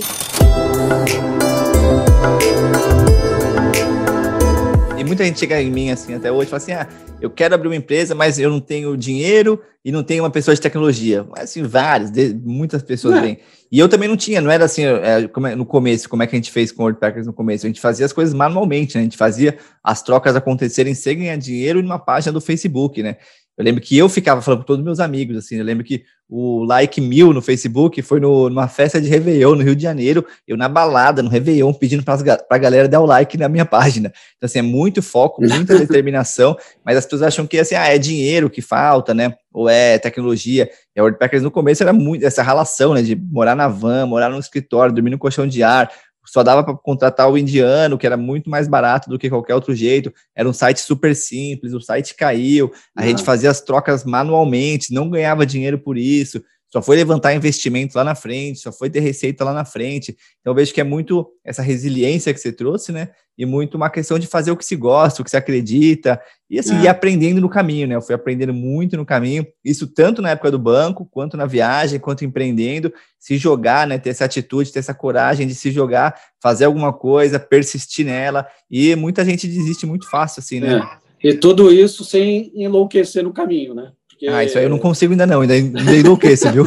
E muita gente chega em mim, assim, até hoje, e fala assim, ah, eu quero abrir uma empresa, mas eu não tenho dinheiro e não tenho uma pessoa de tecnologia. Mas, assim, vários, de, muitas pessoas é. vêm. E eu também não tinha, não era assim, é, como é, no começo, como é que a gente fez com o Worldpackers no começo? A gente fazia as coisas manualmente, né? A gente fazia as trocas acontecerem sem ganhar dinheiro numa página do Facebook, né? Eu lembro que eu ficava falando com todos os meus amigos, assim, eu lembro que o like mil no Facebook foi no, numa festa de Réveillon no Rio de Janeiro, eu na balada, no Réveillon, pedindo para a galera dar o like na minha página. Então, assim, é muito foco, muita determinação, mas as pessoas acham que, assim, ah, é dinheiro que falta, né? Ou é tecnologia. E a Worldpackers no começo era muito essa relação, né? De morar na van, morar no escritório, dormir no colchão de ar. Só dava para contratar o indiano, que era muito mais barato do que qualquer outro jeito. Era um site super simples, o site caiu, a ah. gente fazia as trocas manualmente, não ganhava dinheiro por isso, só foi levantar investimento lá na frente, só foi ter receita lá na frente. Então eu vejo que é muito essa resiliência que você trouxe, né? E muito uma questão de fazer o que se gosta, o que se acredita, e assim, é. ir aprendendo no caminho, né? Eu fui aprendendo muito no caminho, isso tanto na época do banco, quanto na viagem, quanto empreendendo, se jogar, né? Ter essa atitude, ter essa coragem de se jogar, fazer alguma coisa, persistir nela, e muita gente desiste muito fácil, assim, né? É. E tudo isso sem enlouquecer no caminho, né? Porque... Ah, isso aí eu não consigo ainda não, ainda, ainda enlouqueço, viu?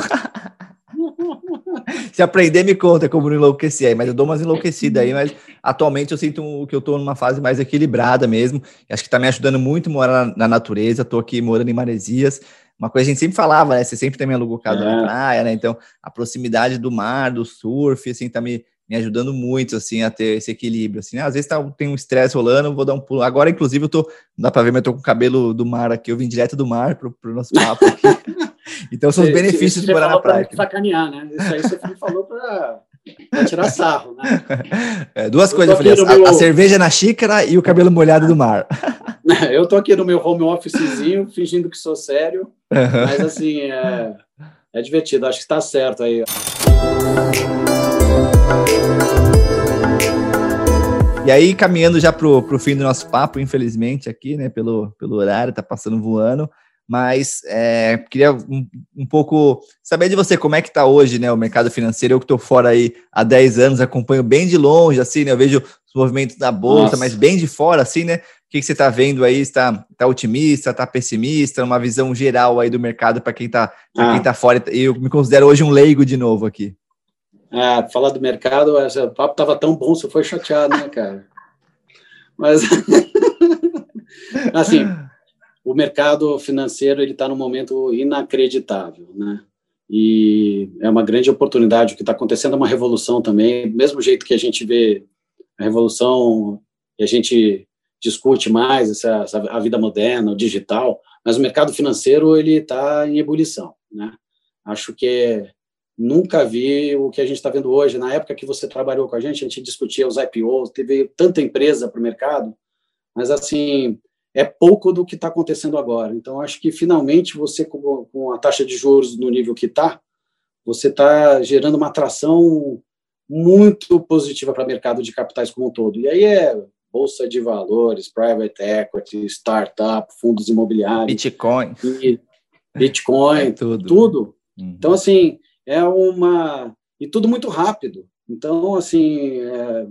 Se aprender, me conta como não enlouquecer aí, mas eu dou umas enlouquecidas aí, mas atualmente eu sinto que eu tô numa fase mais equilibrada mesmo, acho que tá me ajudando muito morar na, na natureza, tô aqui morando em Maresias, uma coisa que a gente sempre falava, né, você sempre também alugou casa é. na praia, né, então a proximidade do mar, do surf, assim, tá me, me ajudando muito, assim, a ter esse equilíbrio, assim, né? Às vezes tá, tem um estresse rolando, vou dar um pulo, agora inclusive eu tô, não dá pra ver, mas eu tô com o cabelo do mar aqui, eu vim direto do mar pro, pro nosso papo aqui. Então são os benefícios de morar na praia. Pra sacanear, né? Isso aí você me falou para tirar sarro, né? É, duas eu coisas, eu falei, a, meu... a cerveja na xícara e o cabelo molhado do mar. Eu tô aqui no meu home officezinho, fingindo que sou sério, uhum. mas assim, é, é divertido, acho que está certo aí. E aí, caminhando já pro, pro fim do nosso papo, infelizmente, aqui, né, pelo, pelo horário, tá passando voando, mas é, queria um, um pouco saber de você, como é que tá hoje, né, o mercado financeiro. Eu que tô fora aí há dez anos, acompanho bem de longe, assim, né, eu vejo os movimentos da bolsa, Nossa. mas bem de fora, assim, né, o que, que você tá vendo aí? Está tá otimista, tá pessimista, uma visão geral aí do mercado para quem tá, pra ah. quem tá fora? Eu me considero hoje um leigo de novo aqui. Ah, falar do mercado, o papo estava tão bom, você foi chateado, né, cara? Mas, assim, o mercado financeiro ele está num momento inacreditável, né? E é uma grande oportunidade. O que está acontecendo é uma revolução também, do mesmo jeito que a gente vê a revolução e a gente discute mais essa, essa, a vida moderna, o digital, mas o mercado financeiro ele está em ebulição, né? Acho que nunca vi o que a gente está vendo hoje. Na época que você trabalhou com a gente, a gente discutia os I P Os, teve tanta empresa para o mercado, mas, assim, é pouco do que está acontecendo agora. Então, acho que, finalmente, você, com, com a taxa de juros no nível que está, você está gerando uma atração muito positiva para o mercado de capitais como um todo. E aí é bolsa de valores, private equity, startup, fundos imobiliários. Bitcoin. E Bitcoin, é tudo. tudo. Uhum. Então, assim, é uma... E tudo muito rápido. Então, assim, é,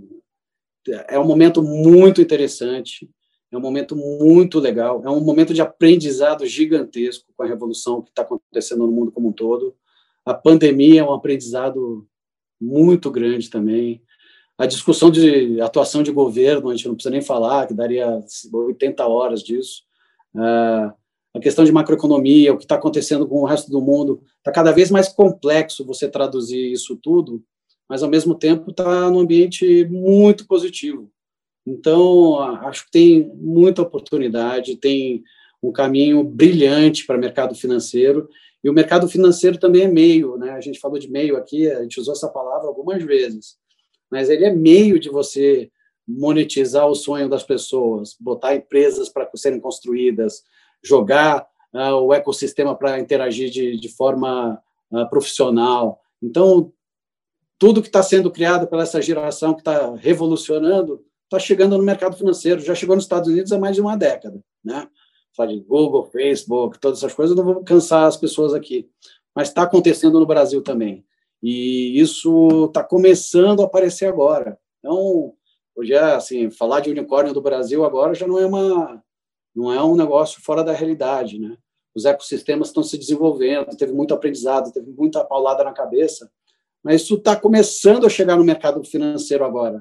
é um momento muito interessante, é um momento muito legal, é um momento de aprendizado gigantesco com a revolução que está acontecendo no mundo como um todo. A pandemia é um aprendizado muito grande também. A discussão de atuação de governo, a gente não precisa nem falar, que daria oitenta horas disso. Uh, a questão de macroeconomia, o que está acontecendo com o resto do mundo, está cada vez mais complexo você traduzir isso tudo, mas, ao mesmo tempo, está num ambiente muito positivo. Então, acho que tem muita oportunidade, tem um caminho brilhante para o mercado financeiro, e o mercado financeiro também é meio, né? A gente falou de meio aqui, a gente usou essa palavra algumas vezes, mas ele é meio de você monetizar o sonho das pessoas, botar empresas para serem construídas, jogar uh, o ecossistema para interagir de, de forma uh, profissional. Então, tudo que está sendo criado pela essa geração que está revolucionando está chegando no mercado financeiro. Já chegou nos Estados Unidos há mais de uma década, né? Fala de Google, Facebook, todas essas coisas, eu não vou cansar as pessoas aqui, mas está acontecendo no Brasil também. E isso está começando a aparecer agora. Então, hoje é assim, falar de unicórnio do Brasil agora já não é uma, não é um negócio fora da realidade, né? Os ecossistemas estão se desenvolvendo, teve muito aprendizado, teve muita paulada na cabeça, mas isso está começando a chegar no mercado financeiro agora.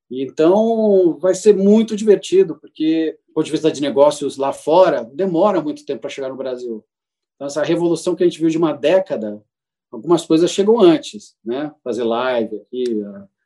Então, vai ser muito divertido, porque, do ponto de vista de negócios lá fora, demora muito tempo para chegar no Brasil. Então, essa revolução que a gente viu de uma década, algumas coisas chegam antes, né? Fazer live aqui,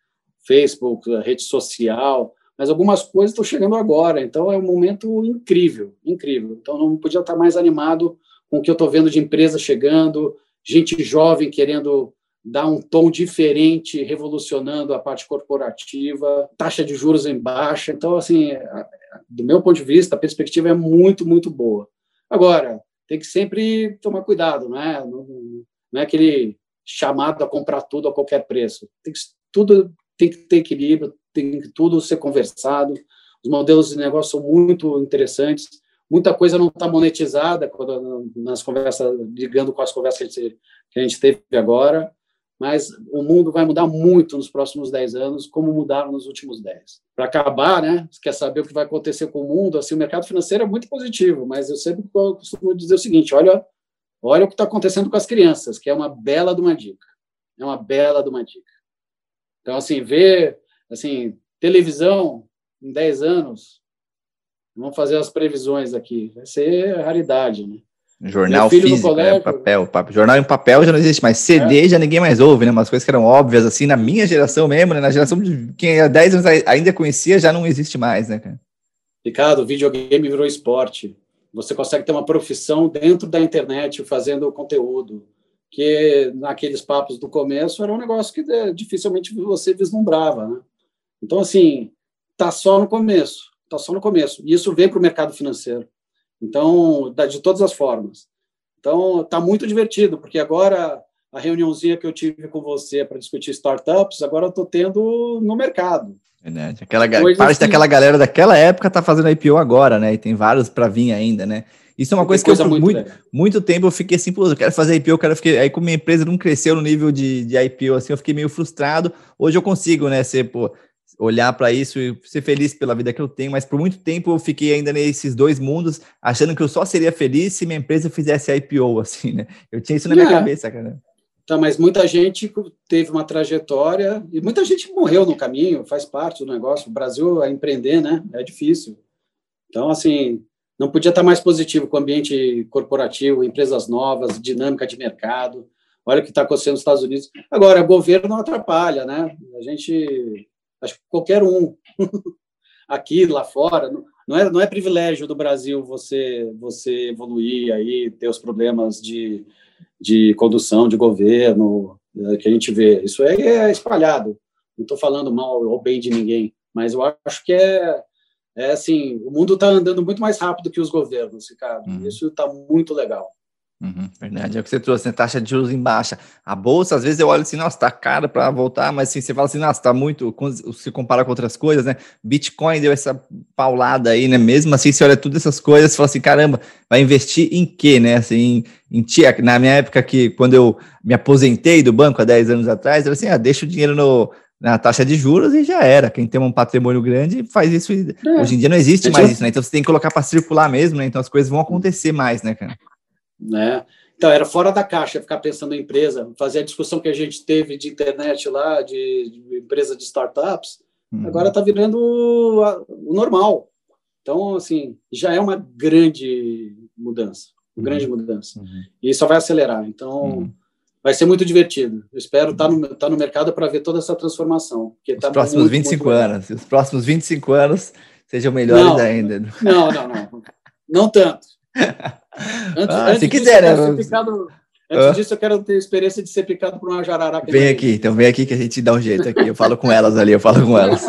Facebook, a rede social, mas algumas coisas estão chegando agora. Então, é um momento incrível, incrível. Então, não podia estar mais animado com o que eu estou vendo de empresas chegando, gente jovem querendo dar um tom diferente, revolucionando a parte corporativa, taxa de juros em baixa. Então, assim, do meu ponto de vista, a perspectiva é muito, muito boa. Agora, tem que sempre tomar cuidado, né? Não, não é aquele chamado a comprar tudo a qualquer preço. Tem que, tudo tem que ter equilíbrio, tem que tudo ser conversado. Os modelos de negócio são muito interessantes. Muita coisa não está monetizada quando, nas conversas, ligando com as conversas que a gente, que a gente teve agora. Mas o mundo vai mudar muito nos próximos dez anos, como mudaram nos últimos dez. Para acabar, né, você quer saber o que vai acontecer com o mundo, assim, o mercado financeiro é muito positivo, mas eu sempre costumo dizer o seguinte, olha, olha o que está acontecendo com as crianças, que é uma bela de uma dica. É uma bela de uma dica. Então, assim, ver assim, televisão em dez anos, vamos fazer as previsões aqui, vai ser raridade, né? Jornal físico, né? Papel, papel. Jornal em papel já não existe mais. C D é. Já ninguém mais ouve, né? Umas coisas que eram óbvias, assim, na minha geração mesmo, né? Na geração de quem há dez anos ainda conhecia, já não existe mais, né, cara? Ricardo, o videogame virou esporte. Você consegue ter uma profissão dentro da internet fazendo conteúdo, que naqueles papos do começo era um negócio que dificilmente você vislumbrava, né? Então, assim, tá só no começo, tá só no começo. E isso vem para o mercado financeiro. Então, de todas as formas. Então, está muito divertido, porque agora a reuniãozinha que eu tive com você para discutir startups, agora eu estou tendo no mercado. Verdade. Aquela, parte assim, daquela galera daquela época está fazendo I P O agora, né? E tem vários para vir ainda, né? Isso é uma coisa que coisa eu, por muito, muito, muito tempo eu fiquei assim, pô, eu quero fazer I P O, eu quero ficar... Aí, como minha empresa não cresceu no nível de, de I P O, assim, eu fiquei meio frustrado. Hoje eu consigo, né, ser, pô, olhar para isso e ser feliz pela vida que eu tenho, mas por muito tempo eu fiquei ainda nesses dois mundos, achando que eu só seria feliz se minha empresa fizesse I P O, assim, né? Eu tinha isso na minha é. cabeça, cara. Tá, mas muita gente teve uma trajetória e muita gente morreu no caminho, faz parte do negócio. O Brasil é empreender, né? É difícil. Então, assim, não podia estar mais positivo com o ambiente corporativo, empresas novas, dinâmica de mercado. Olha o que está acontecendo nos Estados Unidos. Agora, o governo não atrapalha, né? A gente, acho que qualquer um, aqui, lá fora, não é, não é privilégio do Brasil você, você evoluir aí, ter os problemas de, de condução de governo que a gente vê. Isso aí é espalhado. Não estou falando mal ou bem de ninguém, mas eu acho que é, é assim, o mundo está andando muito mais rápido que os governos, Ricardo. Uhum. Isso está muito legal. Uhum, verdade, é o que você trouxe, né? Taxa de juros em baixa. A bolsa, às vezes eu olho assim, nossa, tá cara para voltar, mas assim, você fala assim, nossa, tá muito, se compara com outras coisas, né? Bitcoin deu essa paulada aí, né? Mesmo assim, você olha todas essas coisas, você fala assim, caramba, vai investir em quê, né? Assim, em tia, na minha época, que quando eu me aposentei do banco há dez anos atrás, era assim, ah, deixa o dinheiro no, na taxa de juros e já era. Quem tem um patrimônio grande faz isso. É. Hoje em dia não existe mais isso, né? Então você tem que colocar para circular mesmo, né? Então as coisas vão acontecer mais, né, cara? Né? Então, era fora da caixa ficar pensando em empresa, fazer a discussão que a gente teve de internet lá, de, de empresa de startups, uhum. Agora está virando o, a, o normal. Então, assim, já é uma grande mudança, uma uhum. grande mudança. Uhum. E só vai acelerar. Então, uhum. vai ser muito divertido. Eu espero estar no, tá no mercado para ver toda essa transformação. Os tá próximos muito, vinte e cinco anos. Os próximos vinte e cinco anos sejam melhores não, ainda. Não, não, não. Não tanto. Antes, ah, antes se disso, quiser, né? Picado, antes ah. disso, eu quero ter a experiência de ser picado por uma jararaca. Vem aqui, então vem aqui que a gente dá um jeito aqui. Eu falo com elas ali, eu falo com elas.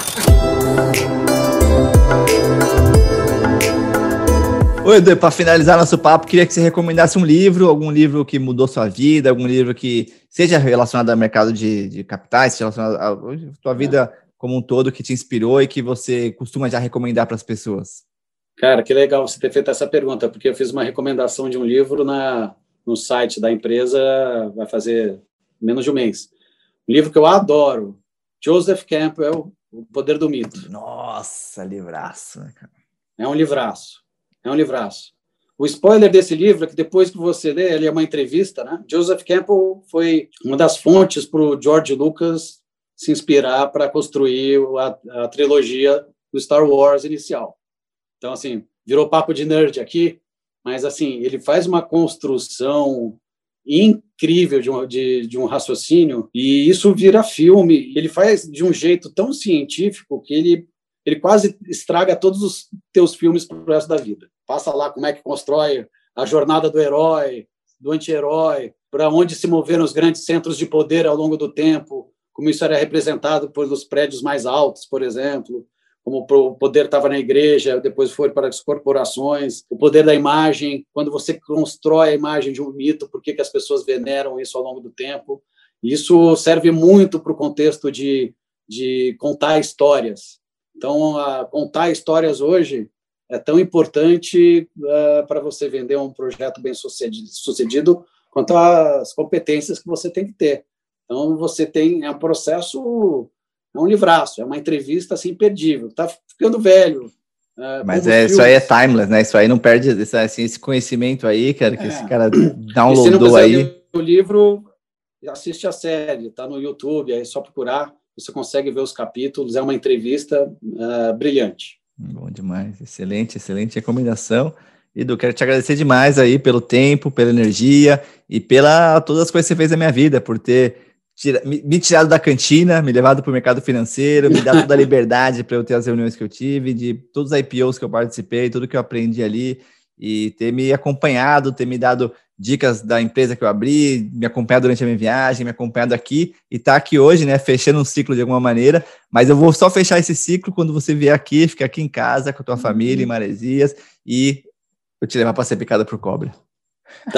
Oi, Edu, para finalizar nosso papo, queria que você recomendasse um livro, algum livro que mudou sua vida, algum livro que seja relacionado ao mercado de, de capitais, seja relacionado à sua vida é. como um todo, que te inspirou e que você costuma já recomendar para as pessoas. Cara, que legal você ter feito essa pergunta, porque eu fiz uma recomendação de um livro na, no site da empresa, vai fazer menos de um mês. Um livro que eu adoro, Joseph Campbell, O Poder do Mito. Nossa, livraço, né, cara? É um livraço, é um livraço. O spoiler desse livro é que depois que você lê, ele é uma entrevista, né? Joseph Campbell foi uma das fontes para o George Lucas se inspirar para construir a, a trilogia do Star Wars inicial. Então, assim, virou papo de nerd aqui, mas, assim, ele faz uma construção incrível de um, de, de um raciocínio e isso vira filme. Ele faz de um jeito tão científico que ele, ele quase estraga todos os teus filmes para o resto da vida. Passa lá como é que constrói a jornada do herói, do anti-herói, para onde se moveram os grandes centros de poder ao longo do tempo, como isso era representado pelos prédios mais altos, por exemplo, como o poder estava na igreja, depois foi para as corporações, o poder da imagem, quando você constrói a imagem de um mito, por que, que as pessoas veneram isso ao longo do tempo. Isso serve muito para o contexto de, de contar histórias. Então, a, contar histórias hoje é tão importante uh, para você vender um projeto bem sucedido, sucedido quanto às competências que você tem que ter. Então, você tem, é um processo... É um livraço, é uma entrevista assim, imperdível. Está ficando velho. Uh, Mas é, isso aí é timeless, né? Isso aí não perde esse, assim, esse conhecimento aí, cara, que é. esse cara downloadou aí. O livro, assiste a série, está no YouTube, aí é só procurar, você consegue ver os capítulos, é uma entrevista uh, brilhante. Bom demais, excelente, excelente recomendação. Edu, quero te agradecer demais aí pelo tempo, pela energia e pela todas as coisas que você fez na minha vida, por ter Tira, me, me tirado da cantina, me levado para o mercado financeiro, me dado toda a liberdade para eu ter as reuniões que eu tive, de todos os I P Os que eu participei, tudo que eu aprendi ali, e ter me acompanhado, ter me dado dicas da empresa que eu abri, me acompanhado durante a minha viagem, me acompanhado aqui, e tá aqui hoje, né, fechando um ciclo de alguma maneira, mas eu vou só fechar esse ciclo quando você vier aqui, ficar aqui em casa com a tua uhum. família, em Maresias, e eu te levar para ser picada por cobra. Tá.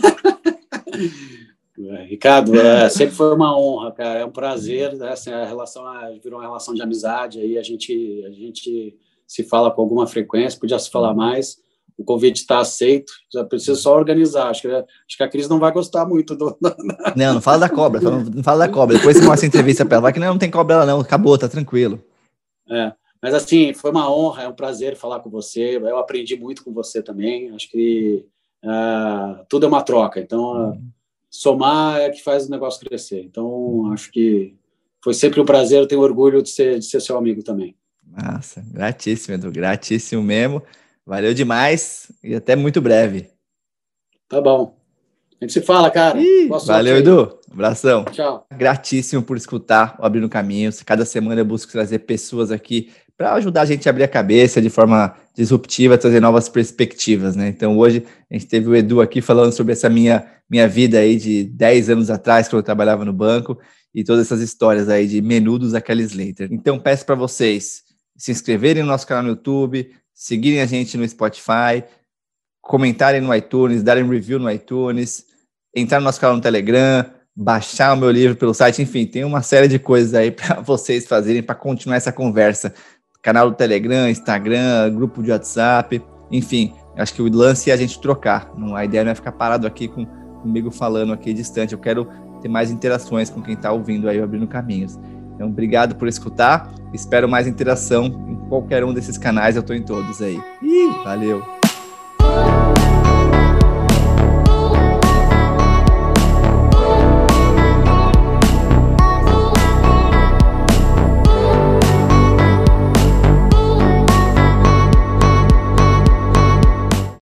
Ricardo, é, sempre foi uma honra, cara, é um prazer, né? Assim, a relação virou uma relação de amizade, aí a gente, a gente se fala com alguma frequência, podia se falar mais, o convite está aceito, já precisa só organizar, acho que, acho que a Cris não vai gostar muito do... Não, não fala da cobra, não, não fala da cobra, depois você mostra a entrevista para ela, vai que não, não tem cobra lá não, acabou, tá tranquilo. É, mas assim, foi uma honra, é um prazer falar com você, eu aprendi muito com você também, acho que uh, tudo é uma troca, então... Uh, somar é que faz o negócio crescer. Então, acho que foi sempre um prazer, eu tenho orgulho de ser, de ser seu amigo também. Nossa, gratíssimo, Edu, gratíssimo mesmo. Valeu demais e até muito breve. Tá bom. A gente se fala, cara. Ih, valeu, aí. Edu. Abração. Tchau. Gratíssimo por escutar o Abrindo Caminhos. Cada semana eu busco trazer pessoas aqui para ajudar a gente a abrir a cabeça de forma disruptiva, trazer novas perspectivas, né? Então hoje a gente teve o Edu aqui falando sobre essa minha, minha vida aí de dez anos atrás, quando eu trabalhava no banco, e todas essas histórias aí de menudos da Kelly Slater. Então peço para vocês se inscreverem no nosso canal no YouTube, seguirem a gente no Spotify, comentarem no iTunes, darem review no iTunes, entrar no nosso canal no Telegram, baixar o meu livro pelo site, enfim, tem uma série de coisas aí para vocês fazerem para continuar essa conversa. Canal do Telegram, Instagram, grupo de WhatsApp, enfim, acho que o lance é a gente trocar. Não, a ideia não é ficar parado aqui com, comigo falando aqui distante, eu quero ter mais interações com quem está ouvindo aí, Abrindo Caminhos. Então, obrigado por escutar, espero mais interação em qualquer um desses canais, eu estou em todos aí. Ih, valeu!